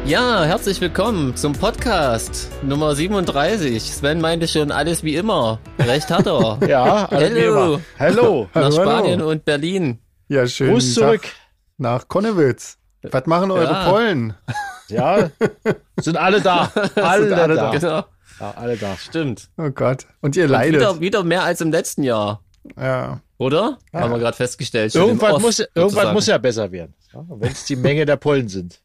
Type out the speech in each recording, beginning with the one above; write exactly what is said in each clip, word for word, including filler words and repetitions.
Ja, herzlich willkommen zum Podcast Nummer siebenunddreißig. Sven meinte schon alles wie immer. Recht hat er. Ja, alles wie immer. Hallo. Nach Hallo, Spanien hallo. und Berlin. Ja, schön. Gruß zurück. Nach Konnewitz. Was machen eure Ja. Pollen? Ja, sind alle da. Alle, alle da. da. Genau, Ja, alle da. stimmt. Oh Gott. Und ihr Und leidet. wieder, wieder mehr als im letzten Jahr, Ja. oder? Ja. Haben wir gerade festgestellt. schon im Irgendwann, Off, muss, irgendwann sozusagen. muss ja besser werden. Ja, wenn es die Menge der Pollen sind.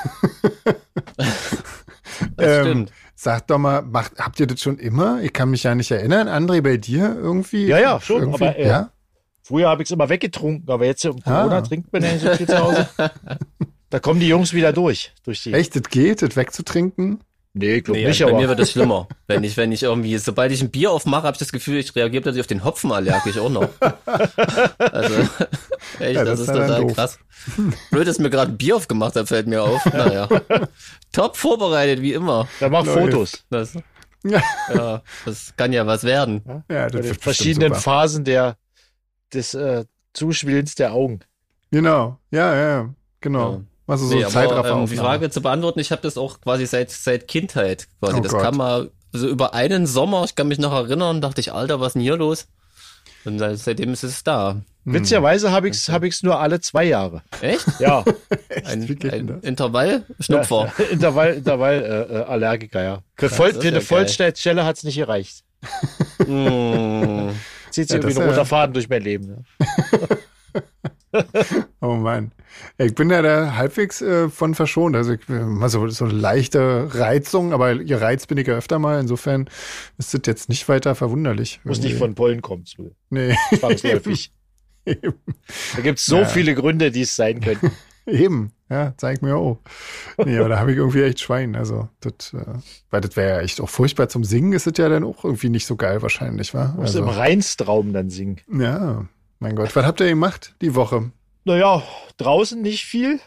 Das Ähm, stimmt. Sagt doch mal, macht, habt ihr das schon immer? Ich kann mich ja nicht erinnern. André, bei dir irgendwie? Ja, ja, schon, Irgendwie, aber, äh, ja? Früher habe ich es immer weggetrunken, aber jetzt um Corona Ah. trinkt man ja nicht so viel zu Hause. Da kommen die Jungs wieder durch. durch die. Echt, das geht, das wegzutrinken? Nee, ich glaube Nee, nicht, bei aber mir wird es schlimmer. Wenn ich, wenn ich irgendwie, sobald ich ein Bier aufmache, habe ich das Gefühl, ich reagiere plötzlich auf den Hopfen allergisch auch noch. Also, echt, Ja, das, das ist ist ja dann total doof. krass. Blöd, dass mir gerade ein Bier aufgemacht hat, fällt mir auf. Naja. Top vorbereitet, wie immer. dann mach Läuft. Fotos. Das, Ja, ja, das kann ja was werden. ja das Bei wird den bestimmt verschiedenen super. Phasen der, des äh, Zuschwillens der Augen. Genau, ja, ja, ja. Genau. Ja. Also so Nee, nee, aber, Zeitraffer ähm, die Frage zu beantworten, ich habe das auch quasi seit seit Kindheit quasi. Oh das Gott. kam mal so über einen Sommer, ich kann mich noch erinnern, dachte ich, Alter, was ist denn hier los? Und seit- seitdem ist es da. Witzigerweise habe ich es hab ich's nur alle zwei Jahre. Echt? Ja, Ein, Wie geht denn ein das? Intervall? Schnupfer. Intervall, Intervall äh, äh, Allergiker, ja. Für, voll, das ist für eine ja geil. Vollstelle hat es nicht gereicht. Mm. Zieht sich Ja, irgendwie das ein ist roter ja- Faden durch mein Leben. Ne? Oh Mann. Ja, ich bin ja da halbwegs äh, von verschont. Also ich, äh, mal so, so leichte Reizung, aber gereizt bin ich ja öfter mal. Insofern ist das jetzt nicht weiter verwunderlich. Muss nicht Irgendwie. von Pollen kommen, Zwill. Nee, Zwangsläufig. eben. Da gibt es so Ja. viele Gründe, die es sein könnten. Eben. Ja, zeig mir auch. Nee, aber da habe ich irgendwie echt Schwein. Also, das, äh, weil das wäre ja echt auch furchtbar zum Singen, ist das ja dann auch irgendwie nicht so geil wahrscheinlich, wa? Muss Also, im Reinstraum dann singen. ja, mein Gott. Was habt ihr gemacht die Woche? Naja, draußen nicht viel.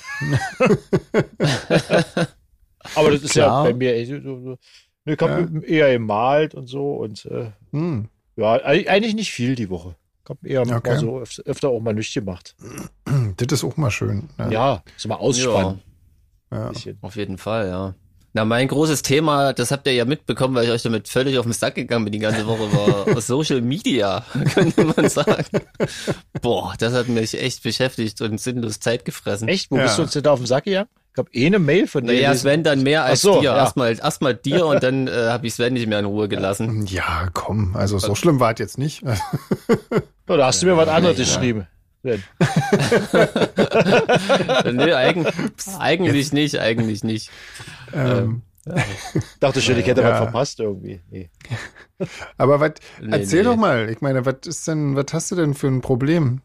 Aber das ist Klar. ja bei mir. Ich, ich habe eher gemalt und so. Und äh, Hm. ja, eig- eigentlich nicht viel die Woche. Ich habe eher Okay. mal so öfter, öfter auch mal nichts gemacht. Das ist auch mal schön. Ne? Ja, so mal ausspannen. Ja. Ein bisschen. Auf jeden Fall, ja. Na, mein großes Thema, das habt ihr ja mitbekommen, weil ich euch damit völlig auf den Sack gegangen bin die ganze Woche, war Social Media, könnte man sagen. Boah, das hat mich echt beschäftigt und sinnlos Zeit gefressen. Echt? Wo Ja. bist du uns denn da auf den Sack gegangen? Ich habe eh eine Mail von dir. Naja, gelesen. Sven dann mehr als Ach so, dir. ja. Erstmal, erstmal dir und dann äh, habe ich Sven nicht mehr in Ruhe gelassen. Ja, komm, also so schlimm war es jetzt nicht. Ja, da hast du mir was anderes ja. geschrieben. Sven. Nö, eigen, eigentlich nicht, eigentlich nicht. ähm, Dachte schon, ich hätte Ja. was verpasst irgendwie. Nee. aber was, Nee, erzähl nee. doch mal. Ich meine, was ist denn, was hast du denn für ein Problem?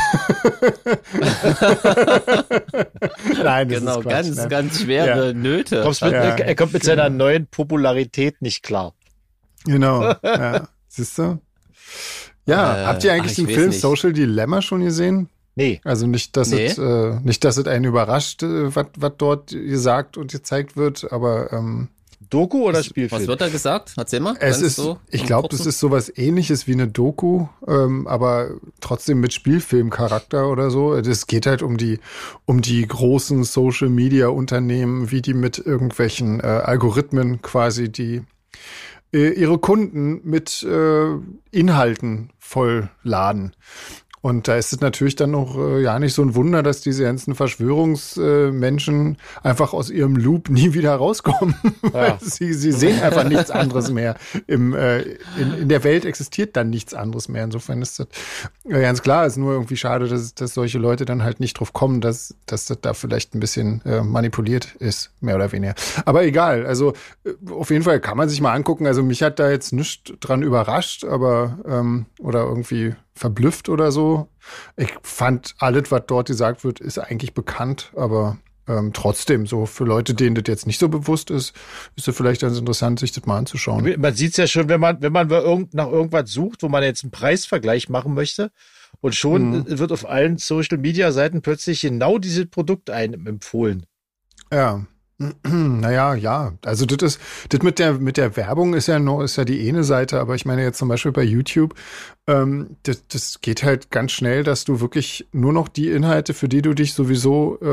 Nein, das Genau, ist Quatsch, ganz, ne? ganz schwere Ja. Nöte. Kommst mit, Ja. Er kommt mit seiner neuen Popularität nicht klar. Genau, ja. Siehst du? Ja, Äh, habt ihr ach, eigentlich ich den weiß Film nicht. Social Dilemma schon gesehen? Nee. Also nicht, dass Nee. es äh, nicht, dass es einen überrascht, äh, was was dort gesagt und gezeigt wird, aber ähm, Doku oder Was Spielfilm? wird da gesagt? Erzähl mal. es ganz ist, so ich im glaube, das Kurzen. ist sowas ähnliches wie eine Doku, ähm, aber trotzdem mit Spielfilmcharakter oder so. Es geht halt um die, um die großen Social Media Unternehmen, wie die mit irgendwelchen äh, Algorithmen quasi die äh, ihre Kunden mit äh, Inhalten vollladen. Und da ist es natürlich dann noch äh, ja nicht so ein Wunder, dass diese ganzen Verschwörungsmenschen äh, einfach aus ihrem Loop nie wieder rauskommen. Ja. sie, sie sehen einfach nichts anderes mehr. Im, äh, in, in der Welt existiert dann nichts anderes mehr. Insofern ist das äh, ganz klar. Ist nur irgendwie schade, dass, dass solche Leute dann halt nicht drauf kommen, dass, dass das da vielleicht ein bisschen äh, manipuliert ist, mehr oder weniger. Aber egal. Also äh, auf jeden Fall kann man sich mal angucken. Also mich hat da jetzt nichts dran überrascht, aber ähm, oder irgendwie verblüfft oder so. Ich fand, alles, was dort gesagt wird, ist eigentlich bekannt, aber ähm, trotzdem, so für Leute, denen das jetzt nicht so bewusst ist, ist es vielleicht ganz interessant, sich das mal anzuschauen. Man sieht es ja schon, wenn man, wenn man irgend- nach irgendwas sucht, wo man jetzt einen Preisvergleich machen möchte. Und schon Mhm. wird auf allen Social-Media-Seiten plötzlich genau dieses Produkt einem empfohlen. Ja. Naja, ja. Also das ist, das mit der, mit der Werbung ist ja noch, ist ja die eine Seite, aber ich meine jetzt zum Beispiel bei YouTube, ähm, das, das geht halt ganz schnell, dass du wirklich nur noch die Inhalte, für die du dich sowieso äh,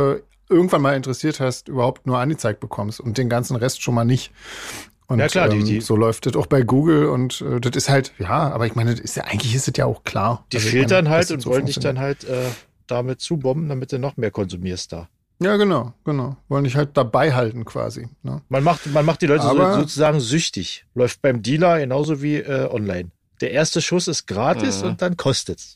irgendwann mal interessiert hast, überhaupt nur angezeigt bekommst und den ganzen Rest schon mal nicht. Und ja, klar, die, ähm, die, so läuft das auch bei Google und äh, das ist halt, ja, aber ich meine, das ist ja, eigentlich ist es ja auch klar. die Also ich filtern meine, halt dass das und so wollen dich funktioniert. dann halt äh, damit zubomben, damit du noch mehr konsumierst da. Ja, genau, genau. Wollen dich halt dabei halten quasi. Ne? Man macht, man macht die Leute so, Aber- sozusagen süchtig. Läuft beim Dealer genauso wie äh, online. Der erste Schuss ist gratis Mhm. und dann kostet's.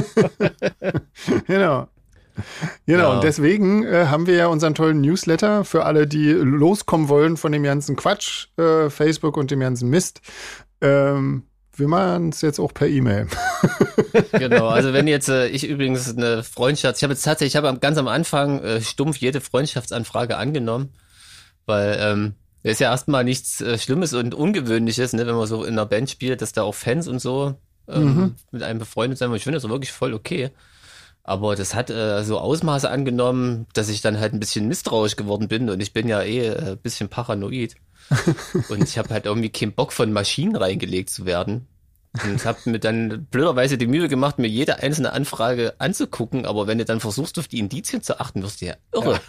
Genau. Genau, Ja. und deswegen äh, haben wir ja unseren tollen Newsletter für alle, die loskommen wollen von dem ganzen Quatsch, äh, Facebook und dem ganzen Mist. Ähm, wir machen es jetzt auch per E-Mail. Genau, also wenn jetzt, äh, ich übrigens eine Freundschaft, ich habe jetzt tatsächlich, ich habe am- ganz am Anfang äh, stumpf jede Freundschaftsanfrage angenommen, weil ähm, das ist ja erstmal nichts äh, Schlimmes und Ungewöhnliches, ne, wenn man so in einer Band spielt, dass da auch Fans und so ähm, Mhm. mit einem befreundet sein wollen. Ich finde das auch wirklich voll okay. Aber das hat äh, so Ausmaße angenommen, dass ich dann halt ein bisschen misstrauisch geworden bin und ich bin ja eh äh, ein bisschen paranoid. Und ich habe halt irgendwie keinen Bock von Maschinen reingelegt zu werden. Und habe mir dann blöderweise die Mühe gemacht, mir jede einzelne Anfrage anzugucken, aber wenn du dann versuchst, auf die Indizien zu achten, wirst du ja irre.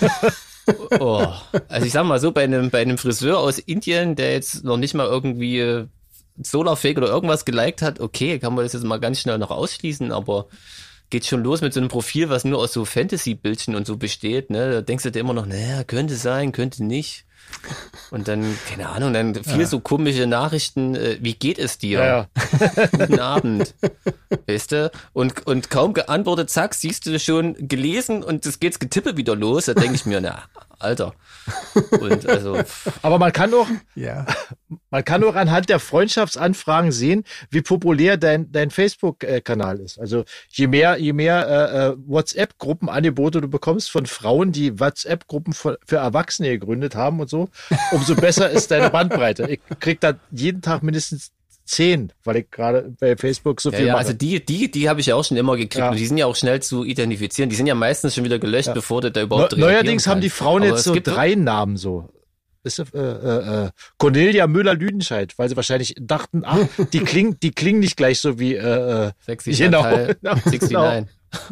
Oh. Also ich sag mal so, bei einem, bei einem Friseur aus Indien, der jetzt noch nicht mal irgendwie äh, Solarfake oder irgendwas geliked hat, okay, kann man das jetzt mal ganz schnell noch ausschließen, aber geht schon los mit so einem Profil, was nur aus so Fantasy-Bildchen und so besteht, ne? Da denkst du dir immer noch, naja, könnte sein, könnte nicht. Und dann, keine Ahnung, dann viel Ja. so komische Nachrichten, äh, wie geht es dir? Ja, ja. Guten Abend. Weißt du? Und, und kaum geantwortet, zack, siehst du schon gelesen und es geht's Getippe wieder los. Da denke ich mir, na, Alter. Und also, Aber man kann auch, Ja. man kann auch anhand der Freundschaftsanfragen sehen, wie populär dein, dein Facebook-Kanal ist. Also je mehr, je mehr äh, äh, WhatsApp-Gruppenangebote du bekommst von Frauen, die WhatsApp-Gruppen für, für Erwachsene gegründet haben und so, umso besser ist deine Bandbreite. Ich krieg da jeden Tag mindestens zehn, weil ich gerade bei Facebook so ja, viel ja, mache. also die, die, die habe ich ja auch schon immer gekriegt Ja. und die sind ja auch schnell zu identifizieren. Die sind ja meistens schon wieder gelöscht, Ja. bevor du da Neu- überhaupt reagieren Neuerdings haben die kannst. Frauen Aber jetzt es so gibt drei Namen so. Ist, äh, äh, äh, Cornelia Müller-Lüdenscheid, weil sie wahrscheinlich dachten, ach, die klingen, die klingen nicht gleich so wie äh, äh, Sexy genau. Chantal Genau. neunundsechzig.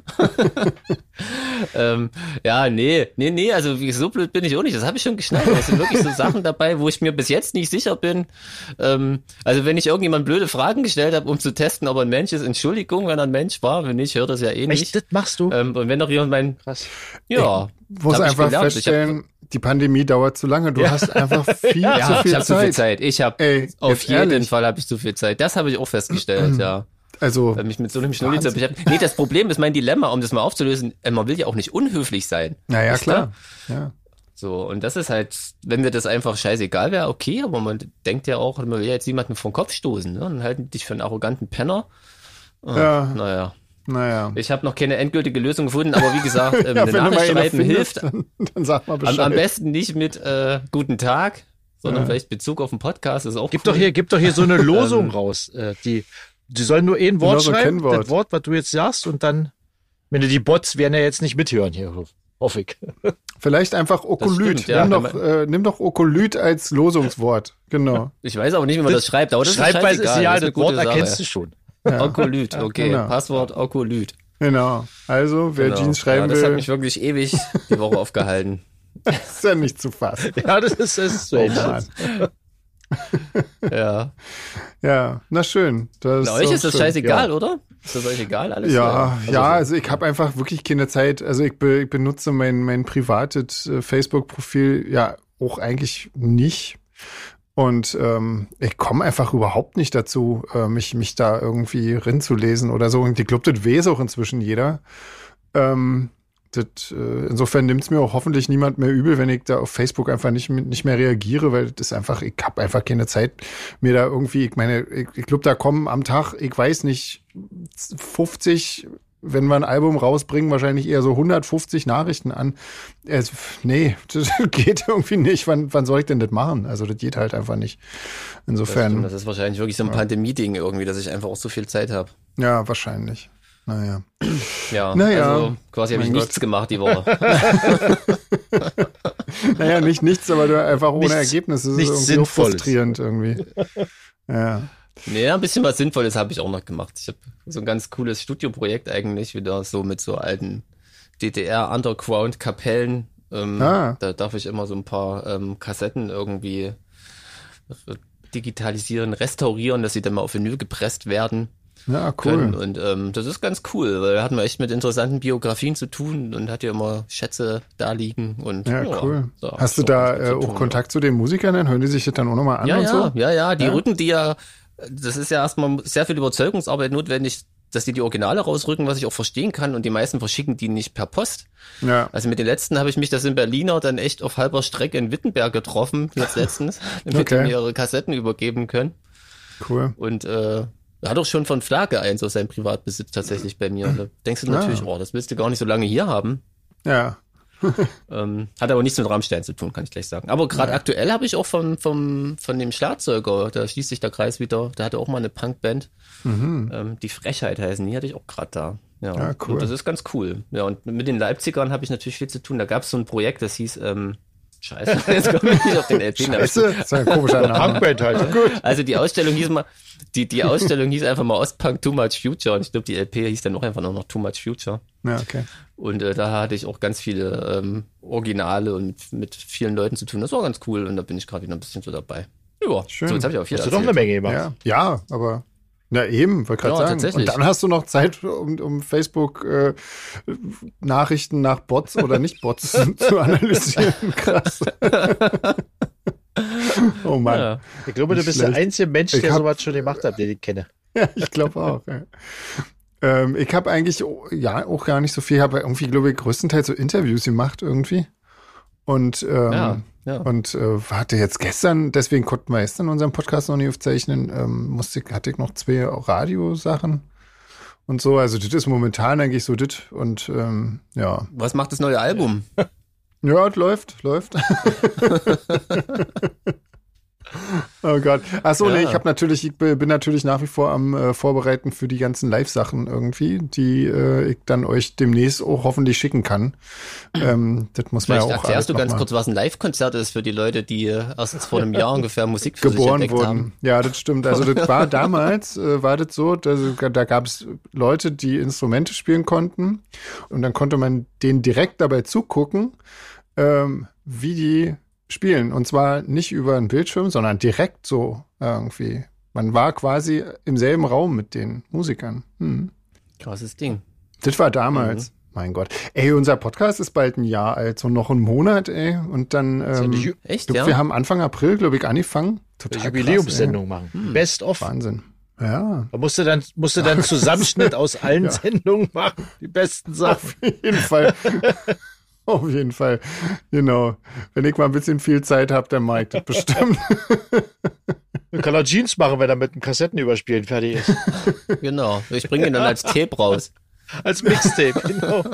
ähm, ja, nee, nee, nee, also wie, so blöd bin ich auch nicht. Das habe ich schon geschnallt. Es sind wirklich so Sachen dabei, wo ich mir bis jetzt nicht sicher bin. Ähm, also wenn ich irgendjemand blöde Fragen gestellt habe, um zu testen, ob er ein Mensch ist, Entschuldigung, wenn er ein Mensch war. Wenn nicht, hört das ja eh nicht. Echt, das machst du? Ähm, und wenn noch jemand mein, Krass. ja, Muss hab ich einfach gelernt. Ich feststellen, die Pandemie dauert zu lange. Du Ja. hast einfach viel ja, zu viel ich habe zu viel Zeit. Zeit. Ich habe Ey, auf jetzt jeden ehrlich. Fall habe ich zu viel Zeit. Das habe ich auch festgestellt, ja. Also, Weil mich mit so einem Schnulli zu Wahnsinn. beschäftigen. Nee, das Problem ist mein Dilemma, um das mal aufzulösen, äh, man will ja auch nicht unhöflich sein. naja, Wisst ihr? klar. Ja. So, und das ist halt, wenn mir das einfach scheißegal wäre, okay, aber man denkt ja auch, man will ja jetzt niemanden vom Kopf stoßen, ne? Dann halten die dich für einen arroganten Penner. Ah, Ja. Naja. Naja. Ich habe noch keine endgültige Lösung gefunden, aber wie gesagt, ähm, Ja, eine wenn du mal Nachricht eine schreiben findest, hilft. Dann, dann sag mal Am, Bescheid. am besten nicht mit äh, guten Tag, sondern Ja. vielleicht Bezug auf den Podcast, ist auch Gib cool. doch hier, gib doch hier so eine Losung Ähm. raus. Äh, die, die sollen nur ein Wort Genau so ein schreiben, Kennwort. das Wort, was du jetzt sagst, und dann, wenn du die Bots werden ja jetzt nicht mithören hier, hoffe ich. Vielleicht einfach Okolyt. stimmt, ja. nimm, doch, äh, nimm doch Okolyt als Losungswort. Genau. Ich weiß aber nicht, wie man das, schreibt, aber das Schreibweise ist ist scheißegal. ja, das ist das eine Wort gute erkennst Sache. du schon. Okolyt, okay. genau. Passwort Okolyt. Genau. Also, wer Genau. Jeans schreiben ja, das hat will, mich wirklich ewig die Woche aufgehalten. ist ja nicht zu fassen. Ja, das ist, das ist so. Oh Mann. Ja. Ja, na schön. Das Na, euch doch ist das schön. scheißegal, oder? Ist das euch egal alles? Ja, Also, ja, also ich habe einfach wirklich keine Zeit. Also ich, be, ich benutze mein, mein privates äh, Facebook-Profil ja auch eigentlich nicht. Und ähm, ich komme einfach überhaupt nicht dazu, äh, mich, mich da irgendwie rinzulesen oder so. Und ich glaube, das weiß auch inzwischen jeder. Ähm, das, äh, insofern nimmt es mir auch hoffentlich niemand mehr übel, wenn ich da auf Facebook einfach nicht, nicht mehr reagiere, weil das ist einfach, ich habe einfach keine Zeit, mir da irgendwie, ich meine, ich, ich glaube, da kommen am Tag, ich weiß nicht, fünfzig, wenn wir ein Album rausbringen, wahrscheinlich eher so hundertfünfzig Nachrichten an. Es, nee, das geht irgendwie nicht. Wann, wann soll ich denn das machen? Also das geht halt einfach nicht. das, Insofern, stimmt, das ist wahrscheinlich wirklich so ein Pandemie-Ding irgendwie, dass ich einfach auch so viel Zeit habe. ja, wahrscheinlich. Naja. Ja, Naja. also quasi habe ich Mein nichts gemacht die Woche. Naja, nicht nichts, aber du einfach ohne Nichts- Ergebnis. Das ist nichts irgendwie auch Sinnvolles. frustrierend irgendwie. Ja. Nee, ein bisschen was Sinnvolles habe ich auch noch gemacht. Ich habe so ein ganz cooles Studioprojekt eigentlich, wieder so mit so alten D D R-Underground-Kapellen. Ähm, Ah. Da darf ich immer so ein paar ähm, Kassetten irgendwie digitalisieren, restaurieren, dass sie dann mal auf Vinyl gepresst werden Ja, können. cool. Und ähm, das ist ganz cool, weil da hatten wir echt mit interessanten Biografien zu tun und hat ja immer Schätze da liegen. Und, Ja, cool. so, Hast du so da was äh, zu auch tun, Kontakt zu den Musikern? Dann hören die sich das dann auch nochmal an ja, und ja, so? ja, ja, die Ja? rücken die ja, das ist ja erstmal sehr viel Überzeugungsarbeit notwendig, dass die die Originale rausrücken, was ich auch verstehen kann, und die meisten verschicken die nicht per Post. Ja. Also mit den letzten habe ich mich, das in Berliner, dann echt auf halber Strecke in Wittenberg getroffen, jetzt letztens, damit Okay. die mir ihre Kassetten übergeben können. Cool. Und äh, er hat auch schon von Flake eins aus seinem Privatbesitz tatsächlich bei mir. Da denkst du natürlich, Ah. oh, das willst du gar nicht so lange hier haben. Ja. Ähm, hat aber nichts mit Rammstein zu tun, kann ich gleich sagen. Aber gerade Ja. aktuell habe ich auch vom, vom, von dem Schlagzeuger, da schließt sich der Kreis wieder, der hatte auch mal eine Punkband, Mhm. ähm, die Frechheit heißen, die hatte ich auch gerade da. Ja, Ja, cool. Und das ist ganz cool. Ja, und mit den Leipzigern habe ich natürlich viel zu tun. Da gab es so ein Projekt, das hieß, ähm, Scheiße, jetzt komme ich nicht auf den L P. Scheiße, das ist ein komischer Name. Punkband halt. Ne? Also die Ausstellung hieß mal, die, die Ausstellung hieß einfach mal Ostpunk Too Much Future, und ich glaube, die L P hieß dann auch einfach nur noch Too Much Future. Ja, okay. Und äh, da hatte ich auch ganz viele ähm, Originale und mit, mit vielen Leuten zu tun. Das war ganz cool, und da bin ich gerade wieder ein bisschen so dabei. Ja, Schön. so jetzt habe ich auch viel Hast du doch eine erzählt. Menge gemacht. Ja, ja, aber na eben, wollte gerade Ja, sagen. tatsächlich. Und dann hast du noch Zeit, um, um Facebook äh, Nachrichten nach Bots oder nicht Bots zu analysieren. Krass. Oh Mann. Ja. Ich glaube, du Nicht bist schlecht. der einzige Mensch, Ich der hab- sowas schon gemacht hat, den ich kenne. Ja, ich glaube auch. Ja. Ähm, ich habe eigentlich oh, ja auch gar nicht so viel, habe irgendwie, glaube ich, größtenteils so Interviews gemacht irgendwie. Und ähm, Ja, ja. und äh, hatte jetzt gestern, deswegen konnten wir gestern unseren Podcast noch nicht aufzeichnen, ähm, musste ich, hatte ich noch zwei Radiosachen und so. Also das ist momentan eigentlich so das und ähm, ja. Was macht das neue Album? Ja, es läuft, läuft. Oh Gott. Achso, Ja. nee, ich habe natürlich, ich bin natürlich nach wie vor am äh, Vorbereiten für die ganzen Live-Sachen irgendwie, die äh, ich dann euch demnächst auch hoffentlich schicken kann. Ähm, das muss man Vielleicht ja auch erklärst du alles ganz noch mal kurz, was ein Live-Konzert ist für die Leute, die äh, erst vor einem Jahr ungefähr Musik für sich geboren entdeckt wurden. haben. Ja, das stimmt. Also das war damals, äh, war das so, dass, da gab es Leute, die Instrumente spielen konnten und dann konnte man denen direkt dabei zugucken, ähm, wie die spielen. Und zwar nicht über einen Bildschirm, sondern direkt so irgendwie. Man war quasi im selben Raum mit den Musikern. Hm. Krasses Ding. Das war damals. Mhm. Mein Gott. Ey, unser Podcast ist bald ein Jahr alt, so noch einen Monat, ey. Und dann, ja ähm, die Ju- Echt, glaub, ja? wir haben Anfang April, glaube ich, angefangen. Total Jubiläumssendung machen. Hm. Best of. Krass, ey. Wahnsinn. Ja, Da musst du dann, musst du dann einen Zusammenschnitt aus allen Ja. Sendungen machen. Die besten Sachen. auf jeden Fall. Auf jeden Fall. Genau. Wenn ich mal ein bisschen viel Zeit habe, dann mag ich das bestimmt. Man kann auch Jeans machen, wenn er mit dem Kassettenüberspielen fertig ist. Genau. Ich bringe ihn dann als Tape raus. Als Mixtape, genau.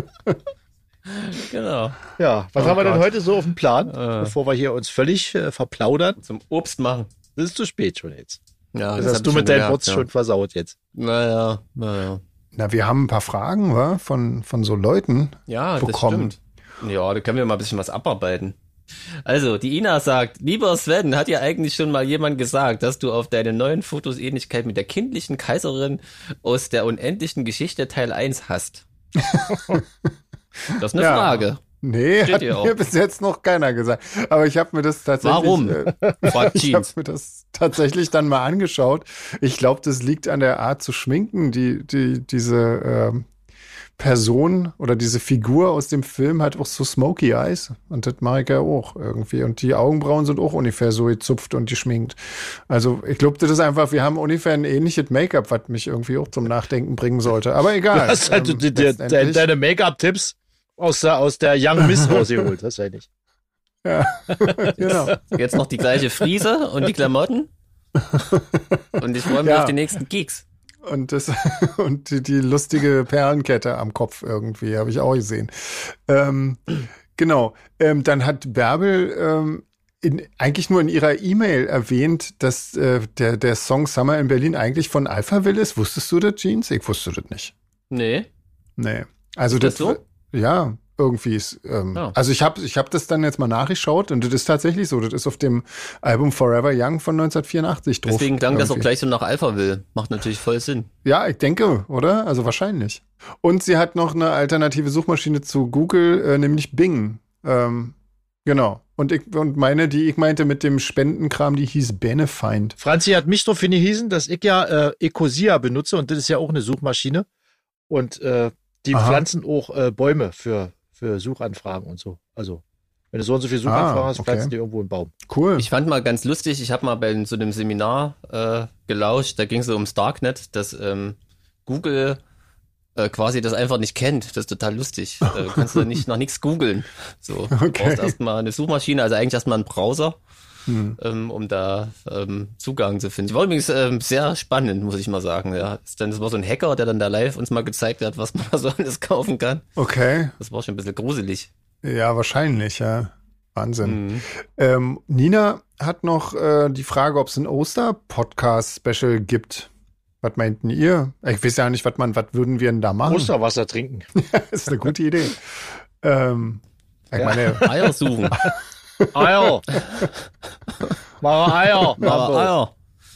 Genau. Ja, was Oh haben wir denn Gott. heute so auf dem Plan, Äh. bevor wir hier uns völlig äh, verplaudern? Zum Obst machen. Das ist zu spät schon jetzt. Ja, Das, hab hast du ich mit schon deinen gemerkt, Bots ja. schon versaut jetzt. Naja, naja. Na, wir haben ein paar Fragen, wa? Von, von so Leuten. Ja, bekommen. das stimmt. Ja, da können wir mal ein bisschen was abarbeiten. Also, die Ina sagt, lieber Sven, hat dir eigentlich schon mal jemand gesagt, dass du auf deinen neuen Fotos Ähnlichkeit mit der kindlichen Kaiserin aus der unendlichen Geschichte Teil eins hast? Das ist eine Ja. Frage. Nee, Steht hat hier auch. mir bis jetzt noch keiner gesagt. Aber ich habe mir das tatsächlich. Warum? Äh, Fragt ich habe Jeans. mir das tatsächlich dann mal angeschaut. Ich glaube, das liegt an der Art zu schminken, die, die diese ähm, Person oder diese Figur aus dem Film hat auch so smoky eyes. Und das mache ich ja auch irgendwie. Und die Augenbrauen sind auch ungefähr so gezupft und geschminkt. Also ich glaube, das ist einfach, wir haben ungefähr ein ähnliches Make-up, was mich irgendwie auch zum Nachdenken bringen sollte. Aber egal. Du hast halt Ähm, die, die, de, letztendlich- deine Make-up-Tipps aus der, aus der Young Miss rausgeholt. Das ist eigentlich. Ja, genau. Jetzt noch die gleiche Friese und die Klamotten. Und ich freue mich Ja. auf die nächsten Gigs. Und das und die, die lustige Perlenkette am Kopf irgendwie, habe ich auch gesehen. Ähm, genau. Ähm, dann hat Bärbel ähm, in, eigentlich nur in ihrer E-Mail erwähnt, dass äh, der, der Song Summer in Berlin eigentlich von Alphaville ist. Wusstest du das, Jeans? Ich wusste das nicht. Nee. Nee. Also Ist das so? Ja, irgendwie ist, ähm, Ja. also ich habe ich hab das dann jetzt mal nachgeschaut und das ist tatsächlich so. Das ist auf dem Album Forever Young von neunzehnhundertvierundachtzig drauf. Deswegen klang das auch irgendwie. gleich so nach Alphaville. Macht natürlich voll Sinn. Ja, ich denke, oder? Also wahrscheinlich. Und sie hat noch eine alternative Suchmaschine zu Google, äh, nämlich Bing. Ähm, genau. Und ich und meine, die ich meinte mit dem Spendenkram, die hieß Benefind. Franzi hat mich darauf hingewiesen, dass ich ja äh, Ecosia benutze und das ist ja auch eine Suchmaschine. Und äh, die Aha. pflanzen auch äh, Bäume für, für Suchanfragen und so. Also, wenn du so und so viele Suchanfragen Ah, hast, okay. pflanzen die irgendwo einen Baum. Cool. Ich fand mal ganz lustig, ich habe mal bei so einem Seminar äh, gelauscht, da ging es so ums Darknet, dass ähm, Google äh, quasi das einfach nicht kennt. Das ist total lustig. Äh, du kannst da nicht nach nichts googeln. So, du Okay. brauchst erstmal eine Suchmaschine, also eigentlich erstmal einen Browser, Hm. ähm, um da ähm, Zugang zu finden. War übrigens ähm, sehr spannend, muss ich mal sagen. Ja, ist dann, das war so ein Hacker, der dann da live uns mal gezeigt hat, was man da so alles kaufen kann. Okay. Das war schon ein bisschen gruselig. Ja, wahrscheinlich, ja. Wahnsinn. Mhm. Ähm, Nina hat noch äh, die Frage, ob es ein Oster-Podcast-Special gibt. Was meinten ihr? Ich weiß ja nicht, was man, was würden wir denn da machen? Osterwasser trinken. Das ist eine gute Idee. ähm, ich Ja. meine, Eier suchen. Eier. Mach Eier. Aber Eier.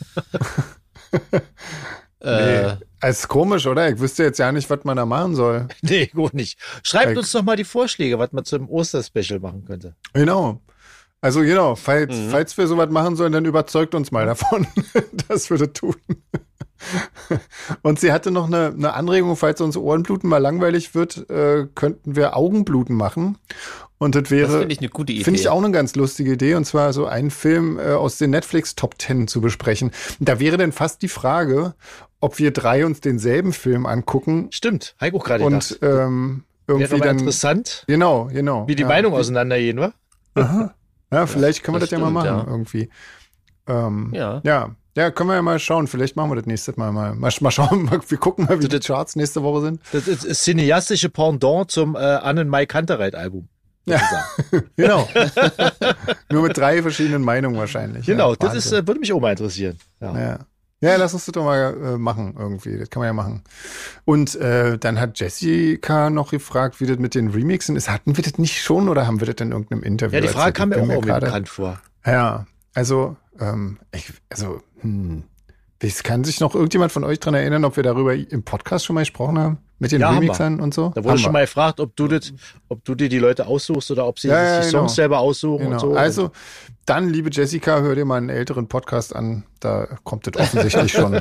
äh, nee. Es ist komisch, oder? Ich wüsste jetzt ja nicht, was man da machen soll. Nee, gut nicht. Schreibt Äh, uns doch mal die Vorschläge, was man zum Osterspecial machen könnte. Genau. Also genau, falls, Mhm. falls wir sowas machen sollen, dann überzeugt uns mal davon, dass wir das tun. Und sie hatte noch eine, eine Anregung, falls uns Ohrenbluten mal langweilig wird, äh, könnten wir Augenbluten machen. Und das das wäre, finde ich eine gute Idee. finde ich auch eine ganz lustige Idee, und zwar so einen Film äh, aus den Netflix Top Ten zu besprechen. Da wäre dann fast die Frage, ob wir drei uns denselben Film angucken Stimmt, Heiko gerade und gedacht. ähm, irgendwie Wäre mal dann interessant, genau, genau. wie die ja. Meinung auseinandergehen, wa? Aha. Ja, vielleicht können wir das, das ja mal stimmt, machen ja. irgendwie. Ähm, Ja. ja. Ja, können wir ja mal schauen. Vielleicht machen wir das nächstes Mal mal. Mal, mal schauen, mal, wir gucken mal, wie die Charts nächste Woche sind. Das ist das cineastische Pendant zum äh, Annen-Mai Kantereit-Album. Ja, genau. Nur mit drei verschiedenen Meinungen wahrscheinlich. Genau, ja, das ist, Wahnsinn. äh, würde mich auch mal interessieren. Ja. Ja. Ja, lass uns das doch mal äh, machen irgendwie. Das kann man ja machen. Und äh, dann hat Jessica noch gefragt, wie das mit den Remixen ist. Hatten wir das nicht schon oder haben wir das in irgendeinem Interview Ja, die Frage erzählt? kam mir Ich auch bin irgendwie gerade- bekannt vor. Ja, also, ähm, ich, also, hm. Es kann sich noch irgendjemand von euch dran erinnern, ob wir darüber im Podcast schon mal gesprochen haben? Mit den Ja, haben Remixern und so? Da wurde Haben schon wir. mal gefragt, ob du das, ob du dir die Leute aussuchst oder ob sie Ja, sich ja, die genau. Songs selber aussuchen Genau. und so. Also, dann, liebe Jessica, hör dir mal einen älteren Podcast an. Da kommt das offensichtlich schon.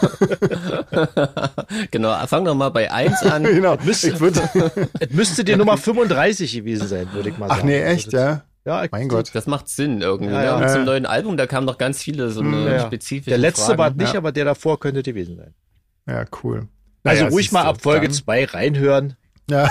Genau, fang doch mal bei eins an. genau. müsste- Ich würd, es müsste dir Nummer fünfunddreißig gewesen sein, würde ich mal sagen. ach nee, echt, Also das- ja? Ja, ich- Mein Gott. Das macht Sinn irgendwie. Ja, ne? ja. Und Ja. zum neuen Album, da kamen noch ganz viele so eine Ja. spezifische Der letzte Fragen. war es nicht, ja. aber der davor könnte gewesen sein. Ja, cool. Also Naja, ruhig siehst mal du, ab Folge dann- zwei reinhören. Ja,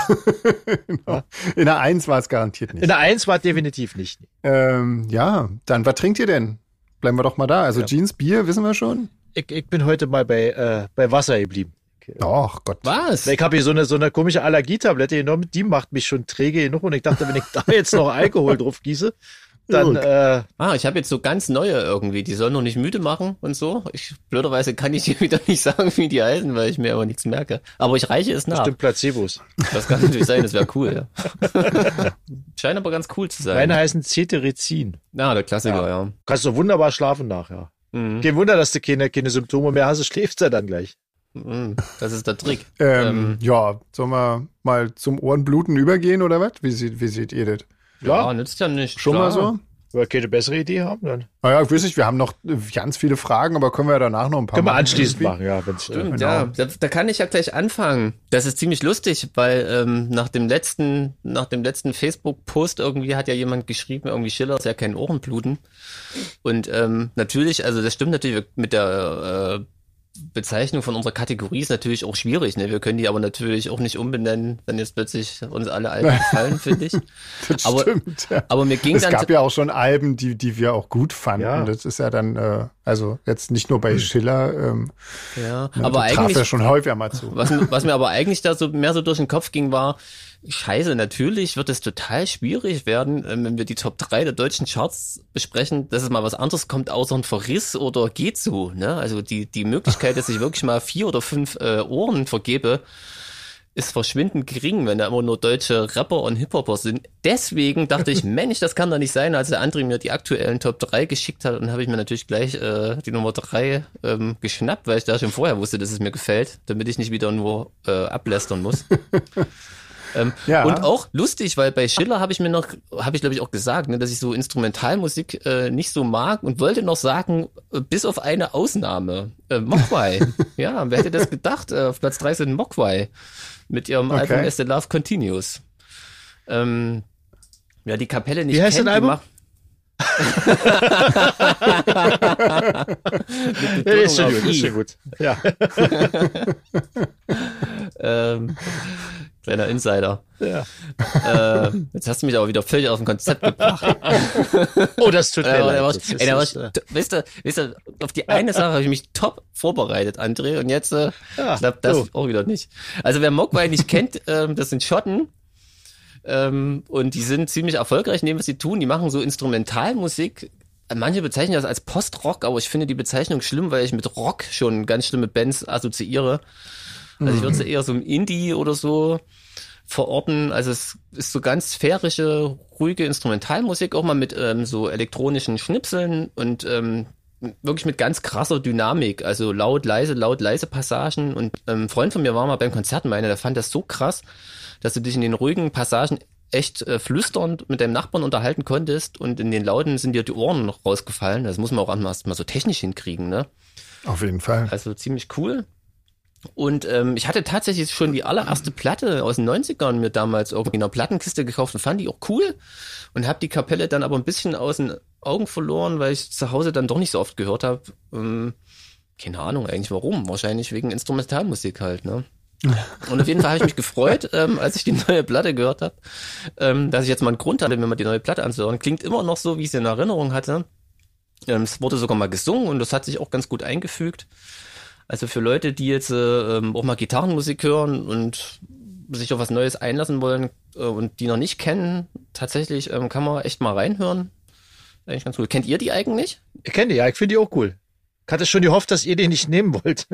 genau. In der Eins war es garantiert nicht. In der eins war es definitiv nicht. Ähm, ja, dann, was trinkt ihr denn? Bleiben wir doch mal da. Also Ja. Jeans, Bier, wissen wir schon? Ich, ich bin heute mal bei, äh, bei Wasser geblieben. Ach Gott. Was? Ich habe hier so eine, so eine komische Allergietablette genommen, die macht mich schon träge genug und ich dachte, wenn ich da jetzt noch Alkohol drauf gieße, dann, Gut. äh, Ah, ich habe jetzt so ganz neue irgendwie, die sollen noch nicht müde machen und so. Ich, blöderweise kann ich dir wieder nicht sagen, wie die heißen, weil ich mir aber nichts merke. Aber ich reiche es nach. bestimmt Placebos. Das kann natürlich sein, das wäre cool, ja. Scheint aber ganz cool zu sein. Meine heißen Cetirizin. Na, der Klassiker, ja. Kannst du wunderbar schlafen nachher. Mhm. Kein Wunder, dass du keine, keine Symptome mehr hast, du schläfst ja dann gleich. Mhm. Das ist der Trick. Ähm, Ähm, ja, sollen wir mal zum Ohrenbluten übergehen oder was? Wie, seht- wie seht ihr das? Ja, Ja, nützt ja nicht. Schon klar. mal so? wenn wir keine bessere Idee haben, dann Naja, ich weiß nicht, wir haben noch äh, ganz viele Fragen, aber können wir ja danach noch ein paar können wir machen anschließend irgendwie? machen, ja. Wenn's, äh, Stimmt, Genau. ja. Da, da kann ich ja gleich anfangen. Das ist ziemlich lustig, weil ähm, nach dem letzten, nach dem letzten Facebook-Post irgendwie hat ja jemand geschrieben, irgendwie Schiller ist ja kein Ohrenbluten. Und ähm, natürlich, also das stimmt natürlich mit der äh, Bezeichnung von unserer Kategorie ist natürlich auch schwierig. Ne? Wir können die aber natürlich auch nicht umbenennen, wenn jetzt plötzlich uns alle Alben gefallen, finde ich. Das Aber- stimmt, ja. Aber mir ging Es dann gab ja auch schon Alben, die, die wir auch gut fanden. Ja. Das ist ja dann, äh, also jetzt nicht nur bei Schiller, ähm, ja, ne, aber das traf eigentlich ja schon häufiger mal zu. Was, mir- was mir aber eigentlich da so mehr so durch den Kopf ging, war, scheiße, natürlich wird es total schwierig werden, ähm, wenn wir die Top drei der deutschen Charts besprechen, dass es mal was anderes kommt, außer ein Verriss oder geht so. Ne? Also die, die Möglichkeit, dass ich wirklich mal vier oder fünf äh, Ohren vergebe, ist verschwindend gering, wenn da immer nur deutsche Rapper und Hip-Hopper sind. Deswegen dachte ich, Mensch, das kann doch nicht sein, als der André mir die aktuellen Top drei geschickt hat, und habe ich mir natürlich gleich äh, die Nummer drei ähm, geschnappt, weil ich da schon vorher wusste, dass es mir gefällt, damit ich nicht wieder nur äh, ablästern muss. ähm, ja. Und auch lustig, weil bei Schiller habe ich mir noch, habe ich glaube ich auch gesagt, ne, dass ich so Instrumentalmusik äh, nicht so mag, und wollte noch sagen, äh, bis auf eine Ausnahme, äh, Mogwai. Ja, wer hätte das gedacht? Äh, auf Platz drei sind Mogwai mit ihrem Okay. Album As the Love Continues. Ähm, ja, die Kapelle nicht Wie heißt kennt, das die Album? macht- Mit Ja, ist schon Betonung gut, auf ist I. schon gut. Ja. Ähm, kleiner Insider. Ja. Äh, jetzt hast du mich aber wieder völlig auf ein Konzept gebracht. Oh, das tut mir Äh, leid. da war ich, Das ist- ey, da war ist, ich, äh, weißt du, weißt du, auf die eine Sache habe ich mich top vorbereitet, André, und jetzt äh, Ja, klappt das so. auch wieder nicht. Also wer Mogwai nicht kennt, ähm, das sind Schotten, ähm, und die sind ziemlich erfolgreich in dem, was sie tun. Die machen so Instrumentalmusik. Manche bezeichnen das als Post-Rock, aber ich finde die Bezeichnung schlimm, weil ich mit Rock schon ganz schlimme Bands assoziiere. Also ich würde sie eher so im Indie oder so verorten. Also es ist so ganz sphärische, ruhige Instrumentalmusik, auch mal mit ähm, so elektronischen Schnipseln und ähm, wirklich mit ganz krasser Dynamik. Also laut, leise, laut, leise Passagen. Und ähm, ein Freund von mir war mal beim Konzert, meine, der fand das so krass, dass du dich in den ruhigen Passagen echt äh, flüsternd mit deinem Nachbarn unterhalten konntest, und in den lauten sind dir die Ohren noch rausgefallen. Das muss man auch erst mal so technisch hinkriegen, ne? Auf jeden Fall. Also ziemlich cool. Und ähm, ich hatte tatsächlich schon die allererste Platte aus den neunzigern mir damals irgendwie in einer Plattenkiste gekauft und fand die auch cool, und habe die Kapelle dann aber ein bisschen aus den Augen verloren, weil ich zu Hause dann doch nicht so oft gehört habe. Ähm, keine Ahnung eigentlich warum. Wahrscheinlich wegen Instrumentalmusik halt, ne? Und auf jeden Fall habe ich mich gefreut, ähm, als ich die neue Platte gehört habe, ähm, dass ich jetzt mal einen Grund hatte, mir mal die neue Platte anzuhören. Klingt immer noch so, wie ich es in Erinnerung hatte. Ähm, es wurde sogar mal gesungen, und das hat sich auch ganz gut eingefügt. Also für Leute, die jetzt äh, ähm, auch mal Gitarrenmusik hören und sich auf was Neues einlassen wollen äh, und die noch nicht kennen, tatsächlich ähm, kann man echt mal reinhören. Eigentlich ganz cool. Kennt ihr die eigentlich? Ich kenne die, ja, ich finde die auch cool. Ich hatte schon gehofft, dass ihr den nicht nehmen wollt.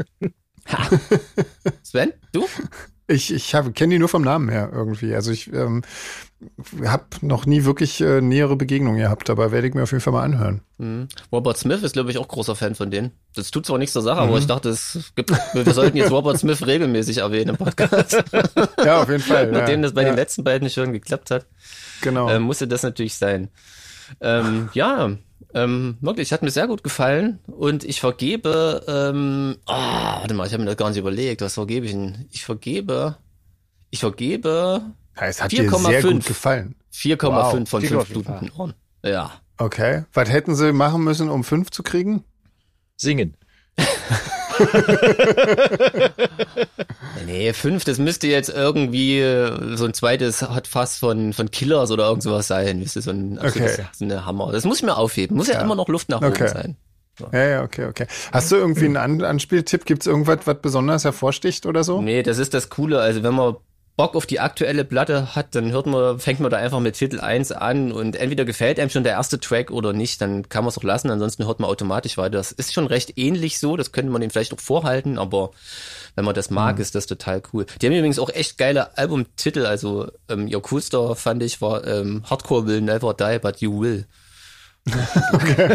Sven, du? Ich, ich kenne die nur vom Namen her irgendwie. Also ich ähm, habe noch nie wirklich äh, nähere Begegnungen gehabt, aber werde ich mir auf jeden Fall mal anhören. Mhm. Robert Smith ist, glaube ich, auch großer Fan von denen. Das tut zwar nichts zur Sache, mhm. aber ich dachte, es gibt, wir sollten jetzt Robert Smith regelmäßig erwähnen im Podcast. Ja, auf jeden Fall. Nachdem ja. das bei ja. den letzten beiden schon geklappt hat, genau. äh, musste das natürlich sein. Ähm, ja, ähm, wirklich, hat mir sehr gut gefallen, und ich vergebe, ähm, oh, warte mal, ich habe mir das gar nicht überlegt, was vergebe ich denn? Ich vergebe, ich vergebe Ja, es hat vier dir Komma sehr fünf. gut gefallen. vier Komma fünf Wow, von vier fünf Komma fünf, blutenden Ohren. Ja. Okay. Was hätten sie machen müssen, um fünf zu kriegen? Singen. Nee, fünf, das müsste jetzt irgendwie äh, so ein zweites Hot Fuzz von, von Killers oder irgend sowas sein. Das ist so ein absolutes, Okay. so eine Hammer. Das muss ich mir aufheben. Muss ja, Ja. immer noch Luft nach oben Okay. sein. Ja, ja, okay, okay. Hast du irgendwie einen An Anspieltipp? Gibt es irgendwas, was besonders hervorsticht oder so? Nee, das ist das Coole. Also wenn man Bock auf die aktuelle Platte hat, dann hört man, fängt man da einfach mit Titel eins an, und entweder gefällt einem schon der erste Track oder nicht, dann kann man es auch lassen, ansonsten hört man automatisch weiter. Das ist schon recht ähnlich so, das könnte man dem vielleicht auch vorhalten, aber wenn man das mag, mhm. ist das total cool. Die haben übrigens auch echt geile Albumtitel, also ähm, ihr coolster fand ich war ähm, Hardcore Will Never Die, But You Will. Okay.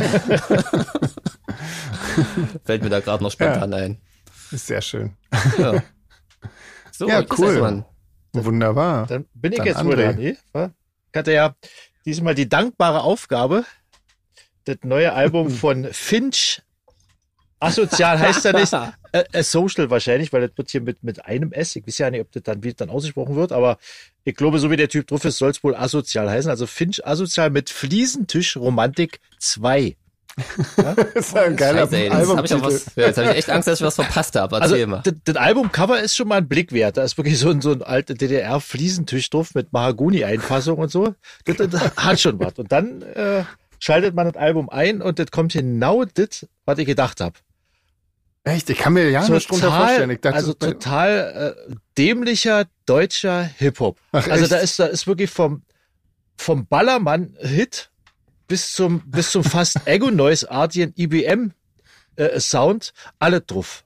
Fällt mir da gerade noch spontan Ja. ein. Ist sehr schön. Ja, so, Ja, jetzt cool. erstmal. Wunderbar. Dann bin ich Dann jetzt wohl André. dran. eh? Ich hatte ja diesmal die dankbare Aufgabe, das neue Album von Finch, asozial heißt er nicht, äh, äh, Social wahrscheinlich, weil das wird hier mit, mit einem S, ich weiß ja nicht, ob das dann, wie das dann ausgesprochen wird, aber ich glaube, so wie der Typ drauf ist, soll es wohl asozial heißen. Also Finch asozial mit Fliesentisch Romantik zwei. Das ist ein geiler Scheiße, ey, jetzt habe ich, auch Albumtitel. was- ja, jetzt hab ich echt Angst, dass ich was verpasst habe. Erzähl Also mal. das, das Albumcover ist schon mal ein Blick wert. Da ist wirklich so ein, so ein alter D D R-Fliesentisch drauf mit Mahagoni-Einfassung und so. Das, das hat schon was. Und dann äh, schaltet man das Album ein und das kommt genau das, was ich gedacht habe. Echt? Ich kann mir ja nichts drunter vorstellen. Ich dachte, also total äh, dämlicher deutscher Hip-Hop. Ach, Also echt? da ist, da ist wirklich vom, vom Ballermann-Hit bis zum, bis zum fast Ego-Noise-artigen I B M-Sound alle drauf.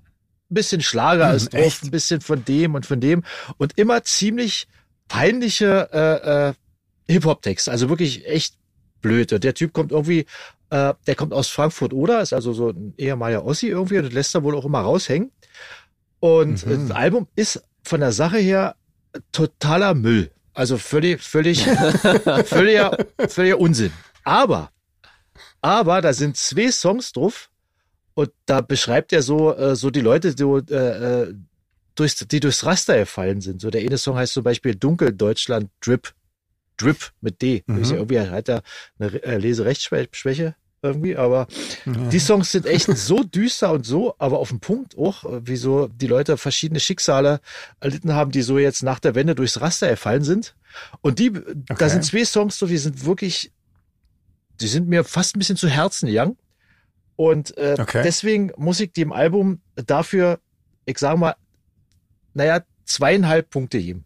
bisschen Schlager Hm, ist drauf, echt? ein bisschen von dem und von dem und immer ziemlich peinliche äh, äh, Hip-Hop-Texte, also wirklich echt blöd. Und der Typ kommt irgendwie, äh, der kommt aus Frankfurt oder ist also so ein ehemaliger Ossi irgendwie und das lässt er wohl auch immer raushängen. Und Mhm. äh, das Album ist von der Sache her totaler Müll. Also völlig, völlig, völliger, völliger Unsinn. Aber, aber da sind zwei Songs drauf und da beschreibt er so, äh, so die Leute, so, äh, äh, durchs, die durchs Raster gefallen sind. So der eine Song heißt zum Beispiel Dunkeldeutschland Drip. Drip mit D. Mhm. Ist ja irgendwie hat er eine äh, Leserechtschwäche irgendwie, aber Ja. die Songs sind echt so düster und so, aber auf den Punkt auch, äh, wie so die Leute verschiedene Schicksale erlitten haben, die so jetzt nach der Wende durchs Raster gefallen sind. Und die, Okay. da sind zwei Songs so, die sind wirklich, die sind mir fast ein bisschen zu Herzen gegangen. Und äh, Okay. deswegen muss ich dem Album dafür, ich sage mal, naja, zweieinhalb Punkte geben.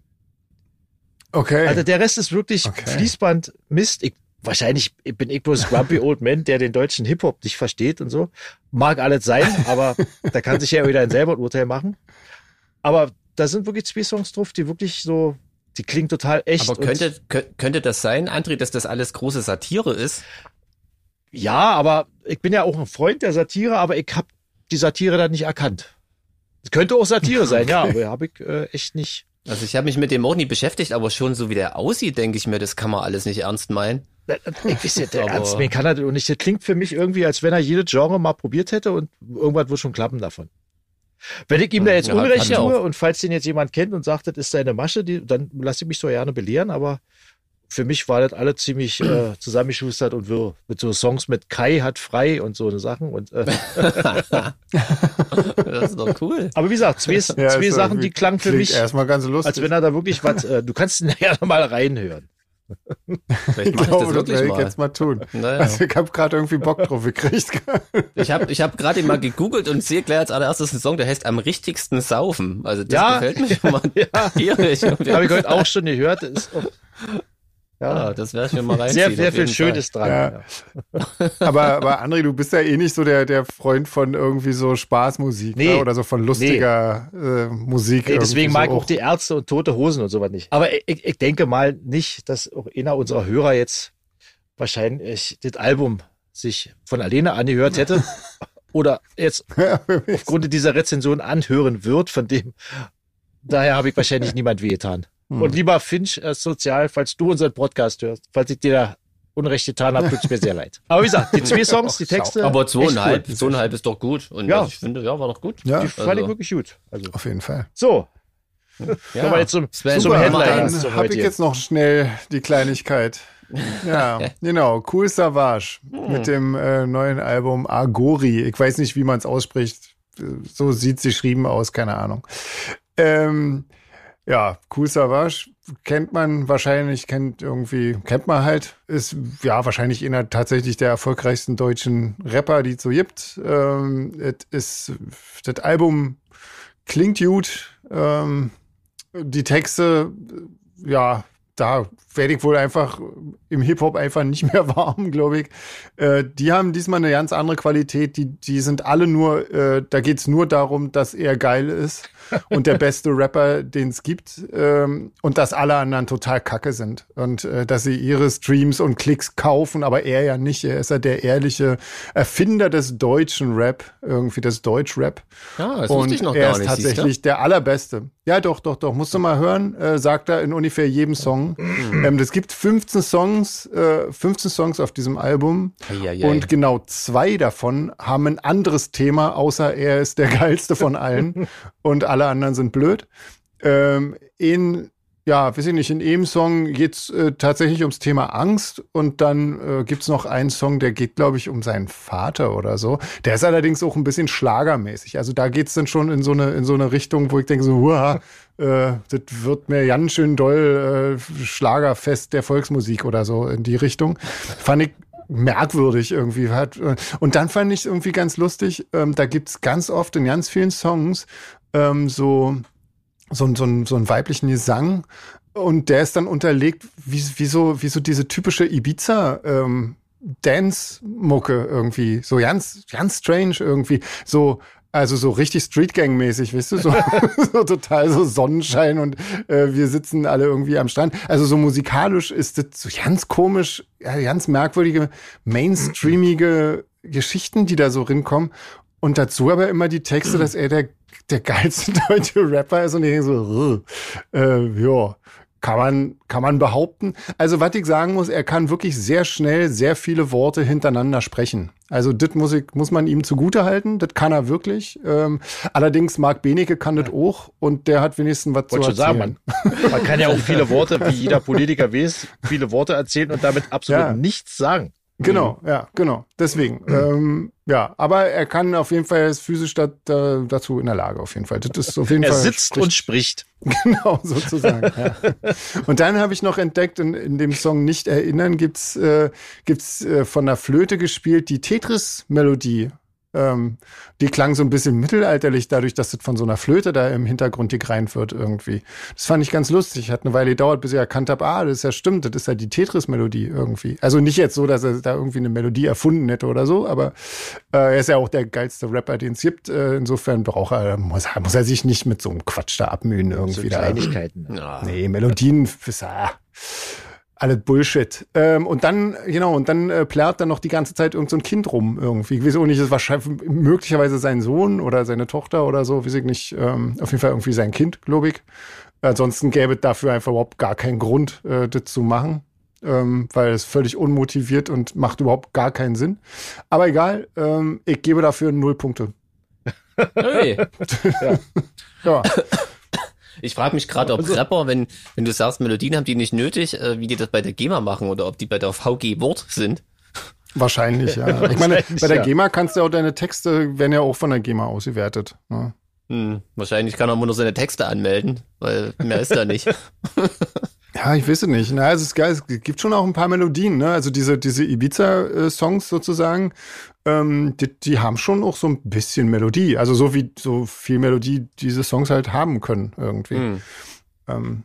Okay. Also der Rest ist wirklich Okay. Fließband Mist. Ich, wahrscheinlich bin ich bloß Grumpy Old Man, der den deutschen Hip-Hop nicht versteht und so. Mag alles sein, aber da kann sich ja wieder ein selber ein Urteil machen. Aber da sind wirklich zwei Songs drauf, die wirklich so, die klingen total echt. Aber und- könnte, kö- könnte das sein, André, dass das alles große Satire ist? Ja, aber ich bin ja auch ein Freund der Satire, aber ich habe die Satire da nicht erkannt. Es könnte auch Satire sein, ja, aber habe ich äh, echt nicht. Also ich habe mich mit dem auch nie beschäftigt, aber schon so wie der aussieht, denke ich mir, das kann man alles nicht ernst meinen. Ich weiß ja, der Aber- Ernst, mir kann er und nicht. Das klingt für mich irgendwie, als wenn er jedes Genre mal probiert hätte und irgendwas wird schon klappen davon. Wenn ich ihm da jetzt Ja, hat- Unrecht hat er tue auch. und falls den jetzt jemand kennt und sagt, das ist seine Masche, die, dann lasse ich mich so gerne belehren, aber für mich war das alles ziemlich äh, zusammengeschustert und wirr. Mit so Songs mit Kai hat frei und so eine Sachen. Und, äh, Das ist doch cool. aber wie gesagt, zwei, Ja, zwei ist Sachen, irgendwie- die klangen für klingt mich, erstmal ganz lustig. als wenn er da wirklich was, äh, du kannst nachher noch mal reinhören. Vielleicht Ich mach ich glaube, das das wirklich werde ich mal. jetzt mal tun. Naja. Also ich habe gerade irgendwie Bock drauf gekriegt. Ich habe ich hab gerade mal gegoogelt und sehe gleich als allererstes einen Song, der heißt Am richtigsten saufen. Also das Ja. gefällt mir schon mal Ja. tierisch. Habe ich heute auch schon gehört. Ist auch, Ja, ja, das werde ich mir mal reinziehen. sehr, auf sehr viel jeden Schönes dran. Ja. Ja. aber, aber André, du bist ja eh nicht so der, der Freund von irgendwie so Spaßmusik, Nee. ne? Oder so von lustiger äh, Musik. Nee, deswegen irgendwie mag ich so auch die Ärzte und Tote Hosen und sowas nicht. Aber ich, ich denke mal nicht, dass auch einer unserer Hörer jetzt wahrscheinlich das Album sich von alleine angehört hätte oder jetzt aufgrund dieser Rezension anhören wird, von dem, daher habe ich wahrscheinlich niemand wehgetan. Hm. Und lieber Finch, äh, sozial, falls du unseren Podcast hörst, falls ich dir da Unrecht getan habe, tut's mir sehr leid. Aber wie gesagt, die zwei Songs, die Texte. Aber echt zweieinhalb, cool. zweieinhalb ist doch gut. Und Ja. also ich finde, ja, war doch gut. Ja, Die fand ich Also- wirklich gut. Also, auf jeden Fall. so, Ja. kommen wir jetzt zum, Sven, zum super, Headliner. Nummer Dann zum habe ich heutigen. jetzt noch schnell die Kleinigkeit. Ja, genau. Cool Savage Hm. mit dem äh, neuen Album Agori. Ich weiß nicht, wie man es ausspricht. So sieht sie geschrieben aus, keine Ahnung. Ähm, ja, Cool Savage kennt man wahrscheinlich, kennt irgendwie, kennt man halt. Ist ja wahrscheinlich einer tatsächlich der erfolgreichsten deutschen Rapper, die es so gibt. Ähm, es ist, das Album klingt gut. Ähm, die Texte, ja, da werde ich wohl einfach im Hip-Hop einfach nicht mehr warm, glaube ich. Äh, die haben diesmal eine ganz andere Qualität. Die, die sind alle nur, äh, da geht's nur darum, dass er geil ist und der beste Rapper, den es gibt. Ähm, und dass alle anderen total kacke sind. Und äh, dass sie ihre Streams und Klicks kaufen, aber er ja nicht. Er ist ja der ehrliche Erfinder des deutschen Rap, irgendwie des Deutsch-Rap. Ja, das Und wusste ich noch er gar ist nicht. tatsächlich der allerbeste. Ja, doch, doch, doch. Musst du mal hören, äh, sagt er in ungefähr jedem Song. ähm, es gibt fünfzehn Songs, äh, fünfzehn Songs auf diesem Album. Eieiei. Und genau zwei davon haben ein anderes Thema, außer er ist der geilste von allen und alle anderen sind blöd. Ähm, in Ja, weiß ich nicht, in einem Song geht's äh, tatsächlich ums Thema Angst und dann äh, gibt's noch einen Song, der geht, glaube ich, um seinen Vater oder so. Der ist allerdings auch ein bisschen schlagermäßig. Also da geht's dann schon in so eine in so eine Richtung, wo ich denke so, huah, äh, das wird mir ganz schön doll äh, Schlagerfest der Volksmusik oder so in die Richtung. Fand ich merkwürdig irgendwie. Hat, äh, und dann fand ich irgendwie ganz lustig, ähm, da gibt's ganz oft in ganz vielen Songs ähm, so so, ein- so, ein, so einen weiblichen Gesang und der ist dann unterlegt wie, wie, so, wie so diese typische Ibiza ähm, Dance-Mucke irgendwie, so ganz, ganz strange irgendwie, so Also so richtig Streetgang-mäßig, weißt du, so, so total so Sonnenschein und äh, wir sitzen alle irgendwie am Strand. Also so musikalisch ist das so ganz komisch, ja, ganz merkwürdige, mainstreamige Geschichten, die da so rinkommen. Und dazu aber immer die Texte, dass er der, der geilste deutsche Rapper ist und ich denke so, äh, ja, kann man, kann man behaupten. Also was ich sagen muss, er kann wirklich sehr schnell sehr viele Worte hintereinander sprechen. Also das muss ich, muss man ihm zugute halten, das kann er wirklich. Ähm, allerdings Marc Benecke kann das auch und der hat wenigstens was zu erzählen. Sagen, man, man kann ja auch viele Worte, wie jeder Politiker weiß, viele Worte erzählen und damit absolut ja. nichts sagen. Genau, ja, genau. Deswegen, ähm, ja, aber er kann auf jeden Fall, ist physisch da, da, dazu in der Lage, auf jeden Fall. Das ist auf jeden er Fall. Er sitzt spricht, und spricht. Genau, sozusagen. Ja. Und dann habe ich noch entdeckt, in, in dem Song Nicht erinnern gibt's, äh, gibt's äh, von der Flöte gespielt die Tetris-Melodie. Ähm, die klang so ein bisschen mittelalterlich, dadurch, dass das von so einer Flöte da im Hintergrund gegreint wird irgendwie. Das fand ich ganz lustig. Hat eine Weile gedauert, bis ich erkannt habe, ah, das ist ja stimmt, das ist ja die Tetris-Melodie irgendwie. Also nicht jetzt so, dass er da irgendwie eine Melodie erfunden hätte oder so, aber äh, er ist ja auch der geilste Rapper, den es gibt. Äh, insofern braucht er, muss, muss er sich nicht mit so einem Quatsch da abmühen irgendwie. So Kleinigkeiten. Da. Ja. Nee, Melodien, ist, ah, alles Bullshit. Ähm, und dann, genau, und dann äh, plärrt dann noch die ganze Zeit irgend so ein Kind rum irgendwie. Ich weiß auch nicht, das war wahrscheinlich möglicherweise sein Sohn oder seine Tochter oder so, weiß ich nicht. Ähm, auf jeden Fall irgendwie sein Kind, glaube ich. Ansonsten gäbe es dafür einfach überhaupt gar keinen Grund, äh, das zu machen. Ähm, weil es völlig unmotiviert und macht überhaupt gar keinen Sinn. Aber egal, ähm, ich gebe dafür null Punkte. Hey. ja. ja. Ich frage mich gerade, ob also, Rapper, wenn, wenn du sagst, Melodien haben die nicht nötig, äh, wie die das bei der GEMA machen oder ob die bei der V G Wort sind. Wahrscheinlich, ja. Ich meine, bei der GEMA kannst du auch deine Texte, werden ja auch von der GEMA ausgewertet. Ne? Hm, wahrscheinlich kann er immer nur seine Texte anmelden, weil mehr ist da nicht. Ja, ich weiß es nicht. Na, es ist geil. Es gibt schon auch ein paar Melodien, ne? Also diese, diese Ibiza-Songs sozusagen, ähm, die, die haben schon auch so ein bisschen Melodie. Also so wie, so viel Melodie diese Songs halt haben können irgendwie. Mhm. Ähm,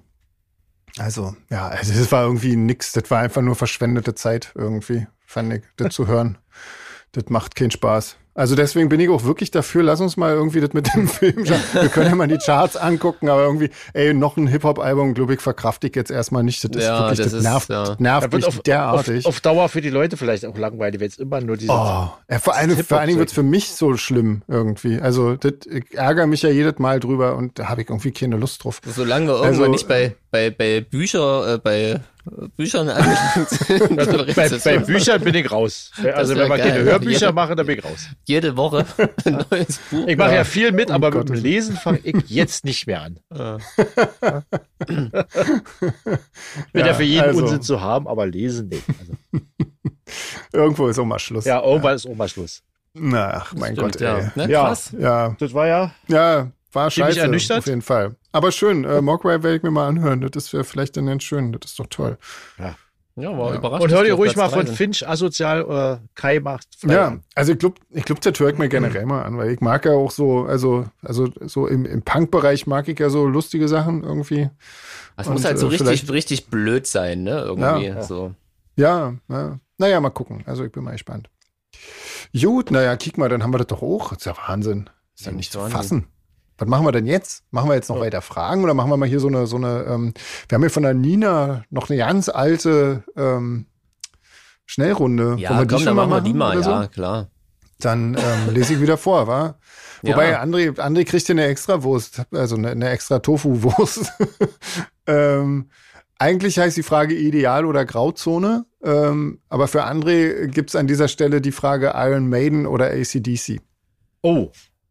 also, ja, also das war irgendwie nix. Das war einfach nur verschwendete Zeit irgendwie, fand ich, das zu hören. Das macht keinen Spaß. Also deswegen bin ich auch wirklich dafür, lass uns mal irgendwie das mit dem Film schauen. Wir können ja mal die Charts angucken, aber irgendwie, ey, noch ein Hip-Hop-Album, glaube ich, verkrafte ich jetzt erstmal nicht. Das ist ja, wirklich, das, das nervt, ja. das nervt mich auf, derartig. Auf, auf Dauer für die Leute vielleicht auch langweilig, wenn es immer nur diese... Oh, ja, vor allem, vor allen Dingen wird es für mich so schlimm irgendwie. Also das, ich ärgere mich ja jedes Mal drüber und da habe ich irgendwie keine Lust drauf. Solange wir irgendwann also, nicht bei, bei, bei Bücher, äh, bei Büchern angelangt sind. Also bei, bei Büchern bin ich raus. Also wenn wir keine Hörbücher jede, machen, dann bin ich raus. Jede Woche ein neues Buch. Ich mache ja viel mit, aber oh mit dem Lesen fange ich jetzt nicht mehr an. Ah. Ich bin ja, ja für jeden also. Unsinn zu haben, aber lesen nicht. Also. Irgendwo ist auch mal Schluss. Ja, irgendwann ja. ist auch mal Schluss. Na, ach, mein Stimmt, Gott, ja. ey. Ne? Ja, Krass. Ja. Das war ja... Ja, war scheiße, ernüchtert? auf jeden Fall. Aber schön, äh, Mogwai werde ich mir mal anhören. Das wäre vielleicht dann ganz schön. Das ist doch toll. Ja, ja war ja. überrascht. Und hör dir ruhig mal von Finch asozial oder Kai macht. Ja, also ich glaube, ich glaub, das höre ich mir generell mal an, weil ich mag ja auch so, also, also so im, im Punk-Bereich mag ich ja so lustige Sachen irgendwie. Das muss halt so äh, richtig, richtig blöd sein, ne? Irgendwie. Ja, so. ja, ja. Naja, mal gucken. Also ich bin mal gespannt. Gut, naja, kick mal, dann haben wir das doch auch. Das ist ja Wahnsinn. Das ist ja nicht zu fassen. Was machen wir denn jetzt? Machen wir jetzt noch oh. weiter Fragen oder machen wir mal hier so eine, so eine, ähm, wir haben hier von der Nina noch eine ganz alte ähm, Schnellrunde. Ja, komm, dann machen wir die mal, so? Ja, klar. Dann ähm, lese ich wieder vor, wa? Wobei, ja. André, André kriegt hier eine extra Wurst, also eine, eine extra Tofu-Wurst. ähm, eigentlich heißt die Frage Ideal oder Grauzone, ähm, aber für André gibt es an dieser Stelle die Frage Iron Maiden oder A C D C. Oh.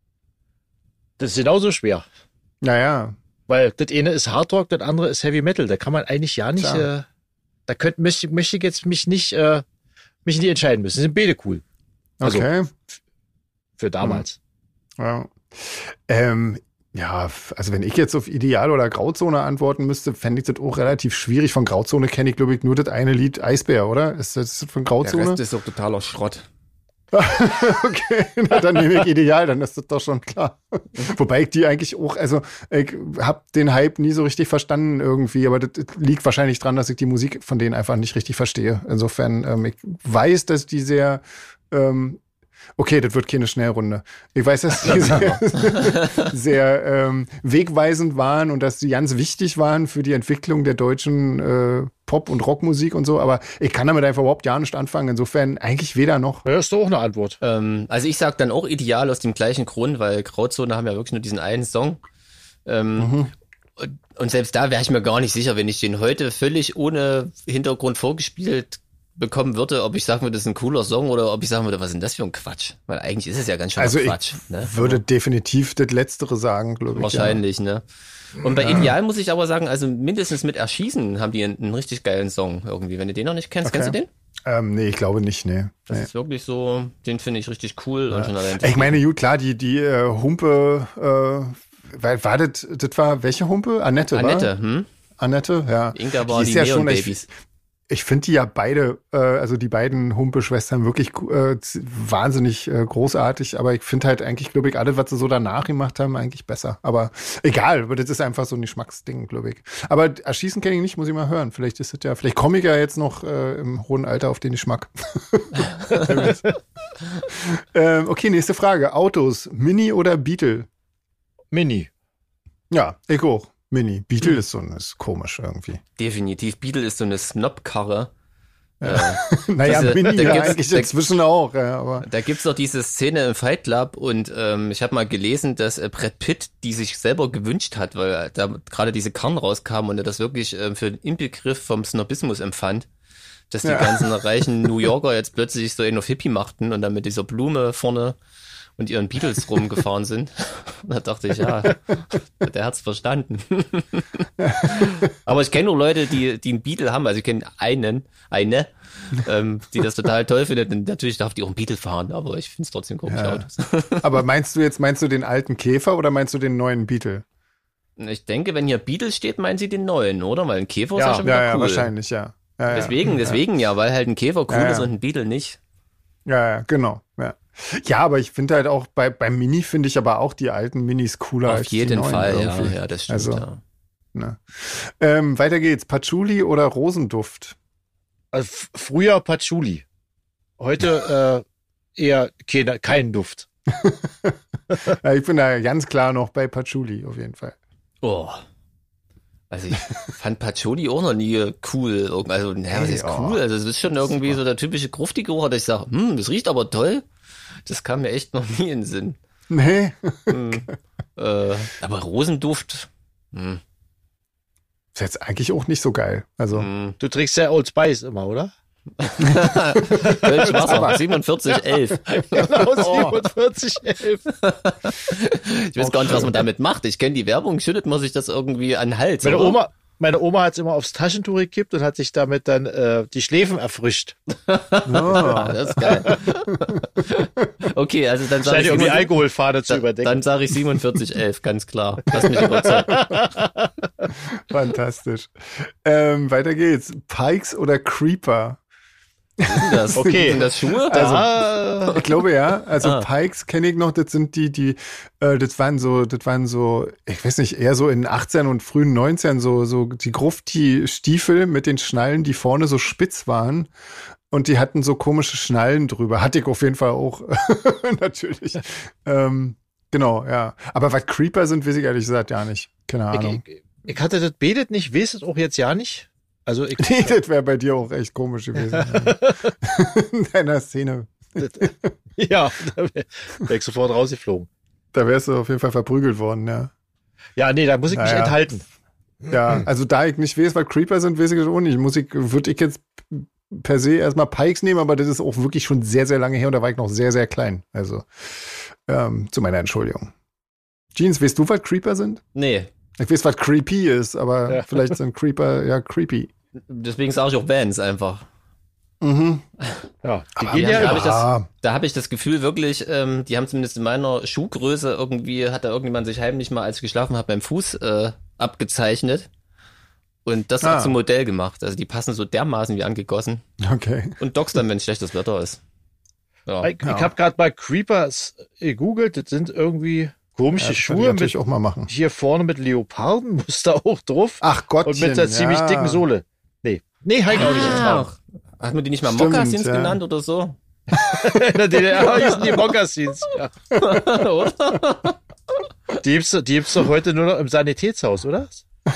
Das ist genauso schwer. Naja. Weil das eine ist Hard Rock, das andere ist Heavy Metal. Da kann man eigentlich ja nicht, äh, da könnte, möchte, möchte ich jetzt mich nicht, äh, mich nicht entscheiden müssen. Das sind beide cool. Also, okay. F- für damals. Ja. Ähm, ja, also wenn ich jetzt auf Ideal oder Grauzone antworten müsste, fände ich das auch relativ schwierig. Von Grauzone kenne ich, glaube ich, nur das eine Lied Eisbär, oder? Ist das von Grauzone? Der Rest ist doch totaler Schrott. Okay, na, dann nehme ich Ideal, dann ist das doch schon klar. Wobei ich die eigentlich auch, also ich habe den Hype nie so richtig verstanden irgendwie, aber das liegt wahrscheinlich dran, dass ich die Musik von denen einfach nicht richtig verstehe. Insofern, ähm, ich weiß, dass die sehr ähm, Okay, das wird keine Schnellrunde. Ich weiß, dass die sehr, sehr ähm, wegweisend waren und dass die ganz wichtig waren für die Entwicklung der deutschen äh, Pop- und Rockmusik und so, aber ich kann damit einfach überhaupt gar nicht anfangen. Insofern eigentlich weder noch. Ja, ist doch auch eine Antwort. Ähm, also ich sag dann auch ideal aus dem gleichen Grund, weil Grauzone haben ja wirklich nur diesen einen Song. Ähm, mhm. und, und selbst da wäre ich mir gar nicht sicher, wenn ich den heute völlig ohne Hintergrund vorgespielt bekommen würde, ob ich sagen würde, das ist ein cooler Song oder ob ich sagen würde, was ist denn das für ein Quatsch? Weil eigentlich ist es ja ganz schön also Quatsch. Ich ne? würde aber definitiv das Letztere sagen, glaube ich. Wahrscheinlich, ja. ne? Und bei ja. Ideal muss ich aber sagen, also mindestens mit Erschießen haben die einen, einen richtig geilen Song irgendwie. Wenn du den noch nicht kennst, okay. kennst du den? Ähm, nee, ich glaube nicht, nee. Das nee. ist wirklich so, den finde ich richtig cool. Ja. Und schon allein ich meine, gut, klar, die, die äh, Humpe, äh, war, war das, das war, welche Humpe? Annette, Annette, war? hm? Annette, ja. Inga war die, die ist ja Neon-Babys. Ich, ich finde die ja beide, äh, also die beiden Humpe-Schwestern wirklich äh, wahnsinnig äh, großartig, aber ich finde halt eigentlich, glaube ich, alles, was sie so danach gemacht haben, eigentlich besser. Aber egal, aber das ist einfach so ein Geschmacksding, glaube ich. Aber Erschießen kenne ich nicht, muss ich mal hören. Vielleicht ist das ja, vielleicht komme ich ja jetzt noch äh, im hohen Alter auf den Geschmack. ähm, okay, nächste Frage. Autos, Mini oder Beetle? Mini. Ja, ich auch. Mini. Beetle hm. ist so ist komisch irgendwie. Definitiv. Beetle ist so eine Snobkarre. Ja. Äh, naja, das, Mini ja eigentlich da, inzwischen auch. Ja, aber. Da gibt's doch diese Szene im Fight Club und ähm, ich habe mal gelesen, dass äh, Brad Pitt die sich selber gewünscht hat, weil da gerade diese Karren rauskamen und er das wirklich äh, für den Inbegriff vom Snobismus empfand. Dass die ja. ganzen reichen New Yorker jetzt plötzlich so einen auf Hippie machten und dann mit dieser Blume vorne und ihren Beatles rumgefahren sind. Da dachte ich, ja, der hat's verstanden. Aber ich kenne nur Leute, die, die einen Beatle haben. Also ich kenne einen, eine, ähm, die das total toll findet. Und natürlich darf die auch einen Beatle fahren, aber ich finde es trotzdem komisch. Ja. Aber meinst du jetzt, meinst du den alten Käfer oder meinst du den neuen Beatle? Ich denke, wenn hier Beatle steht, meinen sie den neuen, oder? Weil ein Käfer ja, ist ja schon wieder ja, cool. Ja, wahrscheinlich, ja. ja deswegen, ja. deswegen ja, weil halt ein Käfer cool ja, ja. ist und ein Beatle nicht. Ja, ja, genau, ja. Ja, aber ich finde halt auch, bei, beim Mini finde ich aber auch die alten Minis cooler Auf als die jeden neuen Fall, irgendwie. ja, ja, das stimmt, also, ja. Ne. Ähm, weiter geht's. Patchouli oder Rosenduft? Also f- früher Patchouli. Heute äh, eher kein, kein Duft. Ja, ich bin da ganz klar noch bei Patchouli, auf jeden Fall. Oh. Also ich fand Patchouli auch noch nie cool. Also, naja, was ist cool? Also es ist schon irgendwie super. So der typische Grufti-Geruch, dass ich sage, hm, das riecht aber toll. Das kam mir echt noch nie in den Sinn. Nee. Hm, äh, aber Rosenduft, hm. Ist jetzt eigentlich auch nicht so geil. Also hm. Du trinkst ja Old Spice immer, oder? Kölsch Wasser, siebenundvierzig elf. Genau, siebenundvierzig elf. Ich weiß gar nicht, was man damit macht. Ich kenne die Werbung, schüttet man sich das irgendwie an den Hals, Meine oder? Oma, meine Oma hat es immer aufs Taschentuch gekippt und hat sich damit dann äh, die Schläfen erfrischt. Oh. Das ist geil. Okay, also dann sage ich irgendwie Alkoholfahne zu da, überdenken. Dann sage ich siebenundvierzig elf, ganz klar. Lass mich überzeugen. Fantastisch. Ähm, weiter geht's. Pikes oder Creeper? Was ist denn das? Okay. Sind das Schuhe? Also, ah. ich glaube ja. Also ah. Pikes kenne ich noch. Das sind die, die, äh, das waren so, das waren so, ich weiß nicht, eher so in den achtzehn und frühen neunzehn so, so die Grufti-Stiefel mit den Schnallen, die vorne so spitz waren. Und die hatten so komische Schnallen drüber. Hatte ich auf jeden Fall auch. Natürlich. Ähm, genau, ja. Aber was Creeper sind, weiß ich ehrlich gesagt ja nicht. Keine Ahnung. Ich, ich, ich hatte das betet nicht, weiß es auch jetzt ja nicht. Also ich, nee, das wäre bei dir auch echt komisch gewesen. In deiner Szene. Ja, da wäre wär ich sofort rausgeflogen. Da wärst du auf jeden Fall verprügelt worden, ja. Ja, nee, da muss ich naja. mich enthalten. Ja, also da ich nicht weiß, was Creeper sind, weiß ich das auch nicht. Muss ich, würde ich jetzt per se erstmal Pikes nehmen, aber das ist auch wirklich schon sehr, sehr lange her und da war ich noch sehr, sehr klein. Also, ähm, zu meiner Entschuldigung. Jeans, weißt du, was Creeper sind? Nee. Ich weiß, was creepy ist, aber ja. vielleicht sind Creeper ja creepy. Deswegen sage ich auch Vans einfach. Mhm. Ja, die aber gehen ja, da habe ich, ja. das, da hab ich das Gefühl wirklich, ähm, die haben zumindest in meiner Schuhgröße irgendwie, hat da irgendjemand sich heimlich mal, als ich geschlafen habe, beim Fuß äh, abgezeichnet und das ah. zum Modell gemacht. Also die passen so dermaßen wie angegossen. Okay. Und dockst dann, wenn schlechtes Wetter ist. Ja. Ich, ja. ich habe gerade mal Creepers gegoogelt, das sind irgendwie komische ja, Schuhe mit auch mal machen. Hier vorne mit Leopardenmuster auch drauf. Ach Gott. Und mit einer ziemlich dicken Sohle. Nee, nee, Heike auch nicht. Ah, hat man die nicht mal Stimmt, Mokassins ja. genannt oder so? In der D D R hießen die Mokassins. Ja. Oder? Die gibt's, die gibt's doch heute nur noch im Sanitätshaus, oder?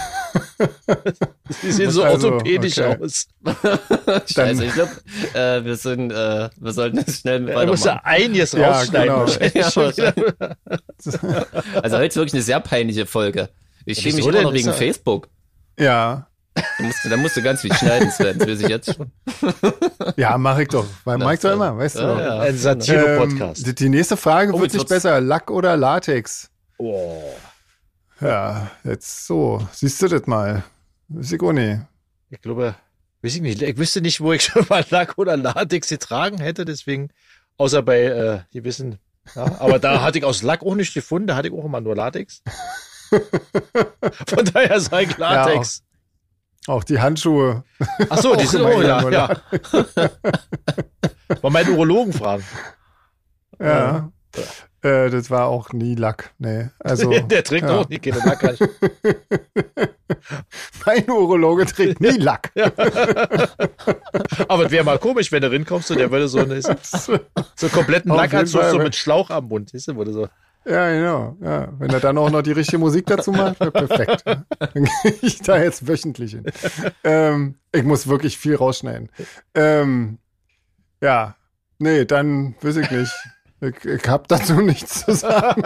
Die sehen so Also, orthopädisch okay. aus. Scheiße, ich glaube, äh, wir sind, äh, wir sollten das schnell Da muss ja weitermachen. einiges Ja, rausschneiden. genau. wahrscheinlich Ja, schon wieder. Also heute ist wirklich eine sehr peinliche Folge. Ich Ja, schäme mich wieso immer denn? noch wegen Ist ja- Facebook. Ja, Da musst, du- da musst du ganz viel schneiden, Sven, das weiß ich jetzt schon. ja, mach ich doch. Weil Na, mach ich doch so. immer, weißt du. Ja, doch. ja. Ein Satire-Podcast. Ähm, die, die nächste Frage Oh, wird jetzt nicht wird's- besser. Lack oder Latex? Oh. Ja, jetzt so. Siehst du das mal? Weiß ich auch nicht. Ich glaube, weiß ich nicht. Ich wüsste nicht, wo ich schon mal Lack oder Latex getragen hätte, deswegen, außer bei, äh, die wissen, ja, aber da hatte ich aus Lack auch nicht gefunden, da hatte ich auch immer nur Latex. Von daher sage ich Latex. Auch die Handschuhe. Ach so, die auch sind immer auch, ja, nur ja. Mal meinen Urologen fragen. Ja. Äh, das war auch nie Lack. Nee. Also, Der trägt ja. auch nie keine Lackhandschuhe. mein Urologe trägt nie Lack. Aber es wäre mal komisch, wenn du rinkommst und der würde so einen, so einen kompletten Auf Lackanzug jeden Fall, so wenn- mit Schlauch am Mund, weißt du, wo du so. Ja, genau. Ja. Wenn er dann auch noch die richtige Musik dazu macht, wäre perfekt. Ja. Dann gehe ich da jetzt wöchentlich hin. Ähm, ich muss wirklich viel rausschneiden. Ähm, ja, nee, dann weiß ich nicht. Ich, ich habe dazu nichts zu sagen.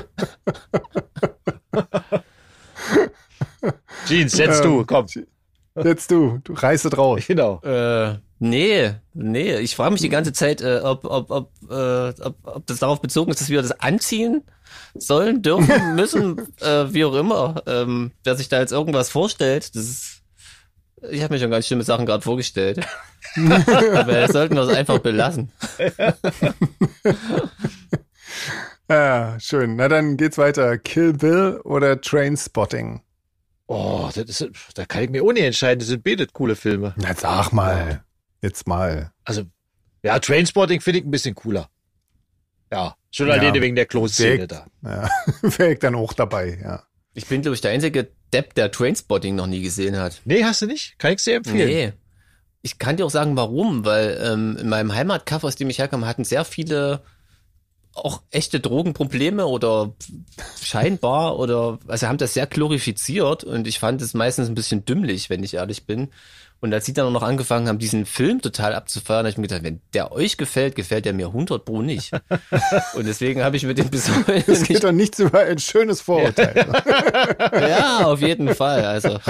Jeans, jetzt Ähm, du, komm. Jetzt du, du reißt es raus. Genau. Äh, nee, nee. Ich frage mich die ganze Zeit, äh, ob, ob, ob, äh, ob, ob das darauf bezogen ist, dass wir das anziehen sollen, dürfen, müssen, äh, wie auch immer. Ähm, wer sich da jetzt irgendwas vorstellt, das ist, ich habe mir schon ganz schlimme Sachen gerade vorgestellt. Aber wir sollten das einfach belassen. Ja, schön. Na, dann geht's weiter. Kill Bill oder Trainspotting? Oh, das ist, da kann ich mir ohne entscheiden. Das sind beide coole Filme. Na, sag mal. Jetzt mal. Also, ja, Trainspotting finde ich ein bisschen cooler. Ja, schon Ja. alleine wegen der Kloszene Sehr- da. Ja, wäre ich dann auch dabei, ja. Ich bin, glaube ich, der einzige Depp, der Trainspotting noch nie gesehen hat. Nee, hast du nicht? Kann ich sehr empfehlen. Nee. Ich kann dir auch sagen, warum, weil ähm, in meinem Heimatkaff, aus dem ich herkomme, hatten sehr viele auch echte Drogenprobleme oder scheinbar oder, also haben das sehr glorifiziert und ich fand es meistens ein bisschen dümmlich, wenn ich ehrlich bin. Und als sie dann auch noch angefangen haben, diesen Film total abzufeiern, habe ich mir gedacht, wenn der euch gefällt, gefällt der mir hundert Pro nicht. Und deswegen habe ich mit dem bis heute Es nicht. geht doch nichts über ein schönes Vorurteil. Ja, auf jeden Fall. Also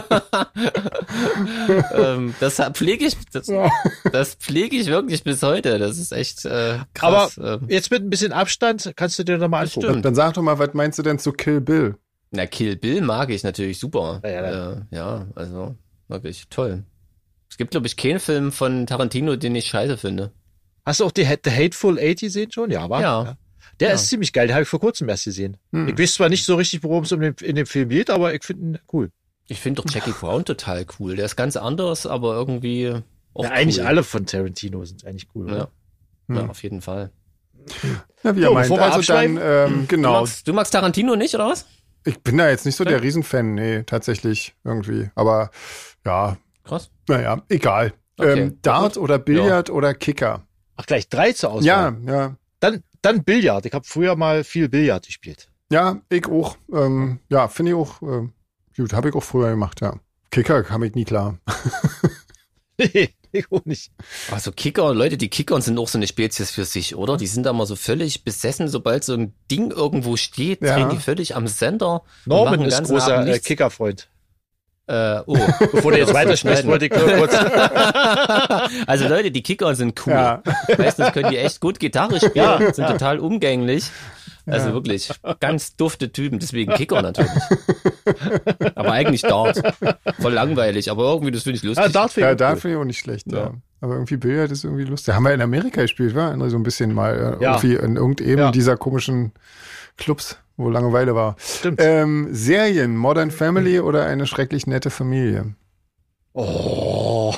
ähm, das pflege ich, das, das pflege ich wirklich bis heute. Das ist echt äh, krass. Aber ähm, jetzt mit ein bisschen Abstand kannst du dir nochmal Das angucken. stimmt. Dann sag doch mal, was meinst du denn zu Kill Bill? na, Kill Bill mag ich natürlich super. Ja, ja, äh, ja also wirklich toll. Es gibt, glaube ich, keinen Film von Tarantino, den ich scheiße finde. Hast du auch die The Hateful Eight gesehen schon? Ja, war? Ja. Der Ja. ist ziemlich geil. Den habe ich vor kurzem erst gesehen. Hm. Ich weiß zwar nicht so richtig, worum es um den, in dem Film geht, aber ich finde ihn cool. Ich finde doch Jackie Brown total cool. Der ist ganz anders, aber irgendwie auch Ja, eigentlich cool. alle von Tarantino sind eigentlich cool. Ja. Oder? Ja, Hm. auf jeden Fall. Ja, wie So, er meint. bevor wir Also dann, abschweifen. ähm, Du, genau. magst, du magst Tarantino nicht, oder was? Ich bin da jetzt nicht so der Riesenfan, nee, tatsächlich irgendwie. Aber ja, Krass. naja, egal. Okay, Ähm, Dart gut. oder Billard oder Kicker? Ach, gleich drei zur Auswahl. Ja, ja. Dann, dann Billard. Ich habe früher mal viel Billard gespielt. Ja, ich auch. Ähm, ja, finde ich auch ähm, gut. Habe ich auch früher gemacht, ja. Kicker kam ich nie klar. Nee, ich auch nicht. Also Kicker, Leute, die Kicker sind auch so eine Spezies für sich, oder? Die sind da mal so völlig besessen, sobald so ein Ding irgendwo steht, Ja. drehen die völlig am Sender. und Norman machen den ist ganzen großer Abend äh, nichts. Kickerfreund. Äh, oh. Bevor du jetzt Das weitersprichst, schneiden. wollte ich nur kurz. Also Leute, die Kicker sind cool. Ja. Meistens können die echt gut Gitarre spielen, Ja. sind total umgänglich. Also Ja. wirklich ganz dufte Typen, deswegen Kicker natürlich. Aber eigentlich Dart. Voll langweilig, aber irgendwie, das finde ich lustig. Ah, Dart finde Ja, ich da cool. finde ich auch nicht schlecht, ja. Ja. Aber irgendwie Billard ist irgendwie lustig. Haben wir in Amerika gespielt, war? André, so ein bisschen mal. Äh, Ja. Irgendwie in irgendeinem Ja. dieser komischen Clubs, wo Langeweile war. Stimmt. Ähm, Serien, Modern Family oder eine schrecklich nette Familie? Oh.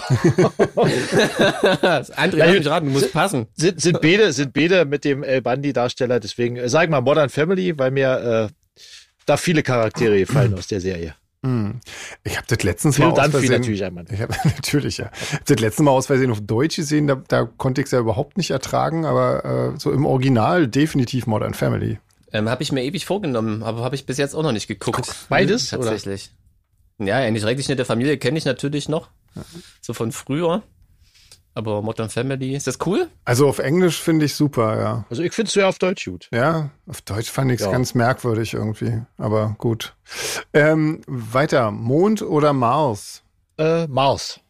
André, lass mich raten, du musst passen. Sind, sind beide, sind beide mit dem El Bandi-Darsteller, deswegen äh, sag mal Modern Family, weil mir äh, da viele Charaktere gefallen aus der Serie. Hm. Ich habe das letztens Phil mal aus Dunphy Versehen, natürlich einmal. ich habe natürlich ja, ich hab das letzte Mal aus Versehen auf Deutsch gesehen, da, da konnte ich es ja überhaupt nicht ertragen, aber äh, so im Original definitiv Modern Family. Ähm, habe ich mir ewig vorgenommen, aber habe ich bis jetzt auch noch nicht geguckt. Beides, Tatsächlich. Oder? Ja, eigentlich schrecklich nette Familie kenne ich natürlich noch. So von früher. Aber Modern Family, ist das cool? Also auf Englisch finde ich super, ja. Also ich finde es ja auf Deutsch gut. Ja, auf Deutsch fand ich es Ja. ganz merkwürdig irgendwie, aber gut. Ähm, weiter, Mond oder Mars? Äh, Mars.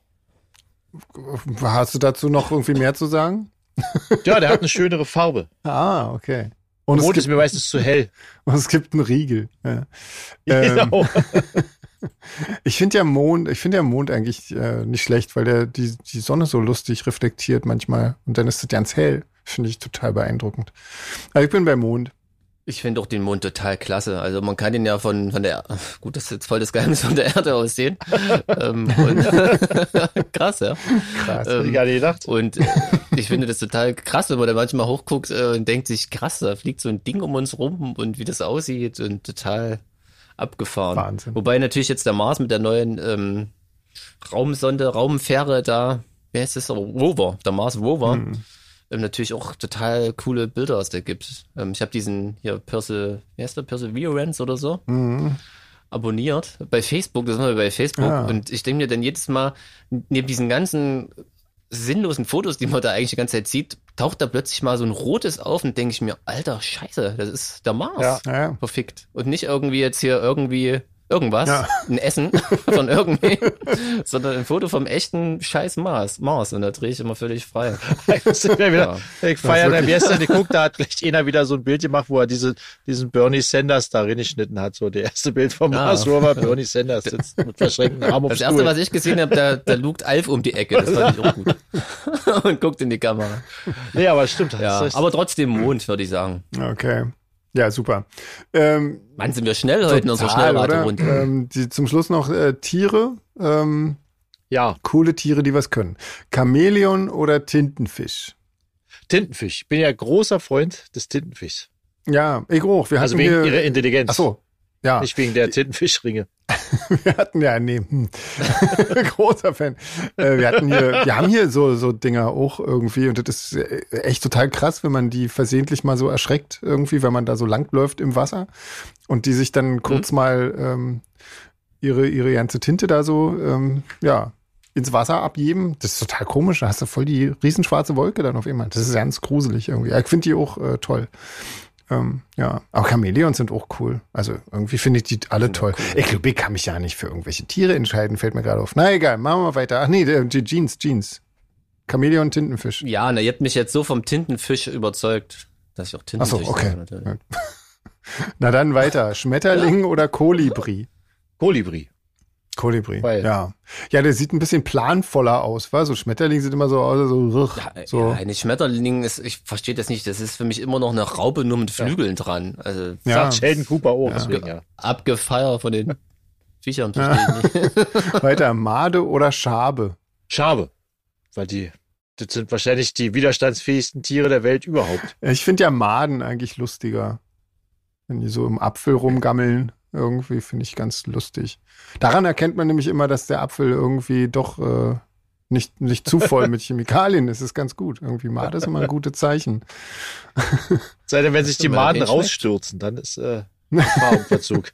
Hast du dazu noch irgendwie mehr zu sagen? Ja, der hat eine schönere Farbe. Ah, okay. Und es, Rot ist gibt, mir meistens zu hell. und es gibt einen Riegel. Ja. Ähm, Genau. Ich finde ja Mond, ich finde ja Mond eigentlich äh, nicht schlecht, weil der die, die Sonne so lustig reflektiert manchmal und dann ist es ganz hell. Finde ich total beeindruckend. Aber ich bin bei Mond. Ich finde auch den Mond total klasse. Also man kann den ja von, von der, gut, das ist jetzt voll das Geheimnis von der Erde aus sehen. ähm, und krass, ja. Krass. Hätte Ähm, ich gar nicht gedacht. Und äh, ich finde das total krass, wenn man da manchmal hochguckt äh, und denkt sich, krass, da fliegt so ein Ding um uns rum und wie das aussieht und total abgefahren. Wahnsinn. Wobei natürlich jetzt der Mars mit der neuen ähm, Raumsonde, Raumfähre da, wie heißt das? Rover, der Mars Rover, Mhm. ähm, natürlich auch total coole Bilder aus der gibt. Ähm, ich habe diesen hier Perse, wie heißt der? Perseverance oder so Mhm. abonniert bei Facebook, das sind wir bei Facebook Ah. und ich denke mir dann jedes Mal, neben diesen ganzen sinnlosen Fotos, die man da eigentlich die ganze Zeit sieht, taucht da plötzlich mal so ein rotes auf und denke ich mir, alter Scheiße, das ist der Mars. Ja. Ja, ja. Verfickt. Und nicht irgendwie jetzt hier irgendwie irgendwas, Ja. ein Essen von irgendwie, sondern ein Foto vom echten scheiß Mars. Mars. Und da drehe ich immer völlig frei. Ich muss ja wieder, ich feiere wirklich- da gestern geguckt, da hat gleich einer wieder so ein Bild gemacht, wo er diese, diesen Bernie Sanders da reingeschnitten hat. So der erste Bild vom Ja. Mars Rover, Bernie Sanders sitzt mit verschränkten Armen auf Das dem erste, Stuhl. was ich gesehen habe, da, da lugt Alf um die Ecke. Das fand ich auch gut. Und guckt in die Kamera. Nee, aber stimmt. Ja, das ist- aber trotzdem Mond, würde ich sagen. Okay. Ja, super. Ähm, Mann, sind wir schnell heute in unserer total, oder? Schnellraterunde. Ähm, die, zum Schluss noch äh, Tiere. Ähm, ja, coole Tiere, die was können. Chamäleon oder Tintenfisch? Tintenfisch. Ich bin ja großer Freund des Tintenfischs. Ja, ich auch. Wir Also hatten wegen hier, ihrer Intelligenz. ach so, ja. Nicht wegen der Tintenfischringe. Wir hatten ja, nee, hm. großer Fan. Äh, wir hatten hier, wir haben hier so, so Dinger auch irgendwie und das ist äh, echt total krass, wenn man die versehentlich mal so erschreckt irgendwie, wenn man da so lang läuft im Wasser und die sich dann kurz mal ähm, ihre, ihre ganze Tinte da so, ähm, ja, ins Wasser abgeben. Das ist total komisch. Da hast du voll die riesenschwarze Wolke dann auf einmal. Das ist ganz gruselig irgendwie. Ja, ich finde die auch äh, toll. Ähm, ja, aber Chamäleons sind auch cool. Also irgendwie finde ich die alle toll. Ich glaube, ich kann mich ja nicht für irgendwelche Tiere entscheiden, fällt mir gerade auf. Na egal, machen wir weiter. Ach nee, der- die Jeans, Jeans. Chamäleon, Tintenfisch. Ja, na, ihr habt mich jetzt so vom Tintenfisch überzeugt, dass ich auch Ach so, Tintenfisch okay. sage, natürlich. Na dann weiter. Schmetterling oder Kolibri? Kolibri. Kolibri, Weil- ja. Ja, der sieht ein bisschen planvoller aus, wa? So Schmetterling sieht immer so aus, so, rrr, Ja, so. ja, eine Schmetterling ist, ich verstehe das nicht, das ist für mich immer noch eine Raupe nur mit Flügeln dran. Also Ja. Sagt Sheldon Cooper auch. Ja. Deswegen, ja. abgefeiert von den Viechern, verstehe ich nicht. Weiter. Made oder Schabe? Schabe. Weil die, das sind wahrscheinlich die widerstandsfähigsten Tiere der Welt überhaupt. Ich finde ja Maden eigentlich lustiger. Wenn die so im Apfel rumgammeln, irgendwie finde ich ganz lustig. Daran erkennt man nämlich immer, dass der Apfel irgendwie doch äh, nicht, nicht zu voll mit Chemikalien ist. Das ist ganz gut. Irgendwie Made ist immer ein gutes Zeichen. Sei denn, wenn sich die Wenn man Maden den schmeckt. rausstürzen, dann ist äh, Gefahr im Verzug.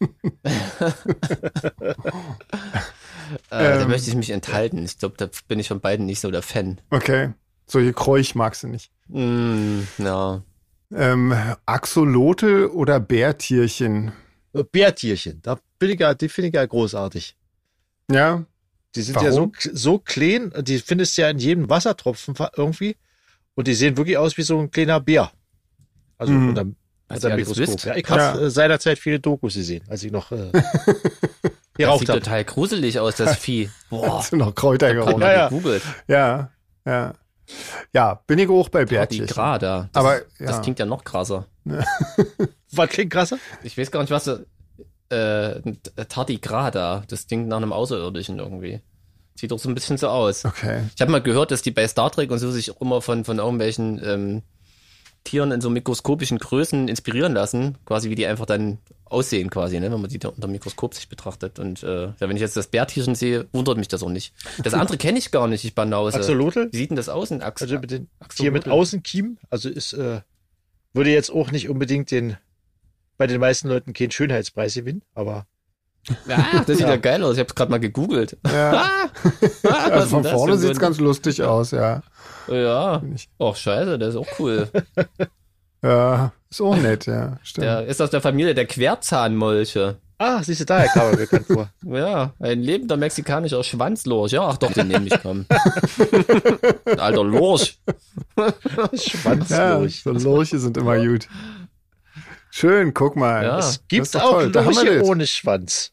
Äh, da Ähm. möchte ich mich enthalten. Ich glaube, da bin ich von beiden nicht so der Fan. Okay. Solche Kräuch magst du nicht. Mm, ja. Ähm, Axolotl oder Bärtierchen? Äh, Bärtierchen, da bin ich ja, die finde ich ja großartig. Ja, Die sind ja so, Warum? so klein, die findest du ja in jedem Wassertropfen fa- irgendwie. Und die sehen wirklich aus wie so ein kleiner Bär. Also Mhm. unter, Was unter ihr alles Mikroskop. wisst. Ja, ich habe Ja. äh, seinerzeit viele Dokus gesehen, als ich noch äh, Das geraucht sieht habe. total gruselig aus, das Vieh. Boah, hast du noch Kräuter hab gehauen. mal Ja, ja. gegoogelt. Ja, ja. Ja, bin ich auch bei Die Bärtierchen. Grada. Das, Aber, ist- ja. das klingt ja noch krasser. Was klingt krasser? Ich weiß gar nicht, was du, äh, ein Tardigrada. Das klingt nach einem Außerirdischen irgendwie. Sieht doch so ein bisschen so aus. Okay. Ich habe mal gehört, dass die bei Star Trek und so sich auch immer von, von irgendwelchen ähm, Tieren in so mikroskopischen Größen inspirieren lassen, quasi wie die einfach dann aussehen quasi, ne, wenn man die da unter dem Mikroskop sich betrachtet. Und äh, ja, wenn ich jetzt das Bärtierchen sehe, wundert mich das auch nicht. Das andere kenne ich gar nicht, ich Banause. Axolotl? Wie sieht denn das aus? Ein Ax Also mit den Axolotl? Tier mit Außenkiem, also ist, äh, würde jetzt auch nicht unbedingt den, bei den meisten Leuten keinen Schönheitspreis gewinnen, aber. Ja, das sieht ja, Ja. geil aus. Ich habe es gerade mal gegoogelt. Ja. Ah, Also was von ist das vorne denn so sieht's ein- ganz lustig aus, ja. Ja. Ich- Och, scheiße, der ist auch cool. Ja, ist auch nett, ja. Stimmt. Der ist aus der Familie der Querzahnmolche. Ah, siehst du, daher kam er bekannt vor. Ja, ein lebender mexikanischer Schwanzlorch. Ja, ach doch, den nehme ich, komm. Alter Lorch. Ja, Schwanzlurch. so Lurche sind immer gut. Schön, guck mal. Ja. Das- Es gibt das ist doch auch toll. Da haben wir Lurche das. ohne Schwanz.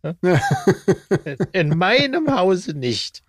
In meinem Hause nicht.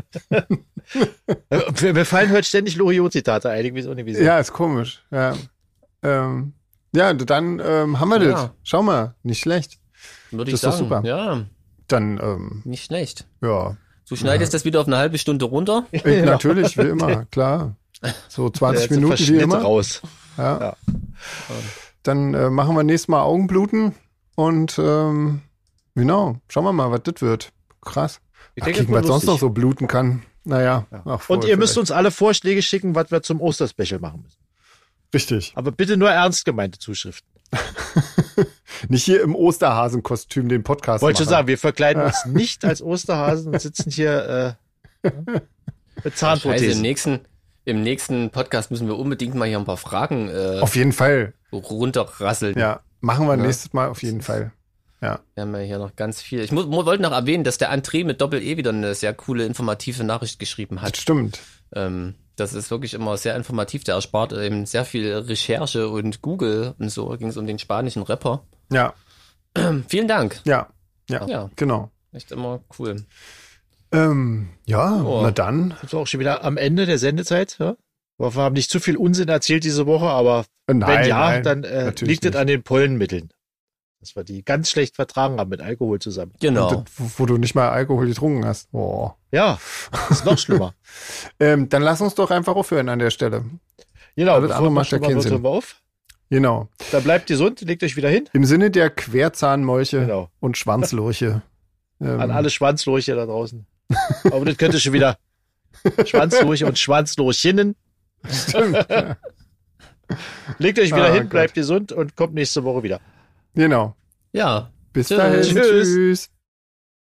Mir mir fallen heute ständig Loriot-Zitate ein, ich weiß auch nicht, wieso. Ja, ist komisch. Ja, ähm, ja dann ähm, haben wir Ja. das. Schau mal, nicht schlecht. Würde ich Das ist doch sagen. super. Ja, Dann, ähm, nicht schlecht. ja, Du schneidest das wieder auf eine halbe Stunde runter. ich, natürlich, wie immer, klar. So zwanzig Der Minuten wie Verschnitt immer. raus. Ja. Ja. Dann äh, machen wir nächstes Mal Augenbluten und ähm, genau, schauen wir mal, was das wird. Krass. Ich Ach, denke, kicken, das was wird sonst noch lustig. so bluten kann. Naja. Ja. Ach, voll Und ihr müsst vielleicht. uns alle Vorschläge schicken, was wir zum Osterspecial machen müssen. Richtig. Aber bitte nur ernst gemeinte Zuschriften. Nicht hier im Osterhasenkostüm den Podcast Wollte schon machen. sagen, wir verkleiden uns nicht als Osterhasen und sitzen hier äh, mit Scheiße, im Zahnprothesen. nächsten, im nächsten Podcast müssen wir unbedingt mal hier ein paar Fragen äh, Auf jeden Fall. runterrasseln. Ja, machen wir Ja. nächstes Mal auf jeden Fall. Ja. Wir haben ja hier noch ganz viel. Ich mu mu- wollte noch erwähnen, dass der André mit Doppel-E wieder eine sehr coole, informative Nachricht geschrieben Das hat. stimmt. Ähm, das ist wirklich immer sehr informativ. Der erspart eben sehr viel Recherche und Google und so. Ging es um den spanischen Rapper. Ja, Ähm, vielen Dank. ja, ja, Ja, genau. echt immer cool. Ähm, ja, Oh. na dann. Sind wir auch schon wieder am Ende der Sendezeit? Ja? Wir haben nicht zu viel Unsinn erzählt diese Woche, aber Äh, nein, wenn ja, nein, dann äh, natürlich liegt es nicht. an den Pollenmitteln. Dass wir die ganz schlecht vertragen haben mit Alkohol zusammen. Genau. Und das, wo- wo du nicht mal Alkohol getrunken hast. Boah. Ja, ist noch schlimmer. Ähm, dann lass uns doch einfach aufhören an der Stelle. Genau, Alles bevor andere wir macht ja schlimmer keinen wird, Sinn. hören wir auf. Genau. Dann bleibt gesund, legt euch wieder hin. Im Sinne der Querzahnmolche Genau. und Schwanzlurche. Ähm, An alle Schwanzlurche da draußen. Aber das könnte schon wieder Schwanzlurche und Schwanzlurchinnen. Stimmt. ja. Legt euch wieder Ah, hin, Gott. bleibt gesund und kommt nächste Woche wieder. Genau. Ja. Bis Tschüss. dahin. Tschüss. Tschüss.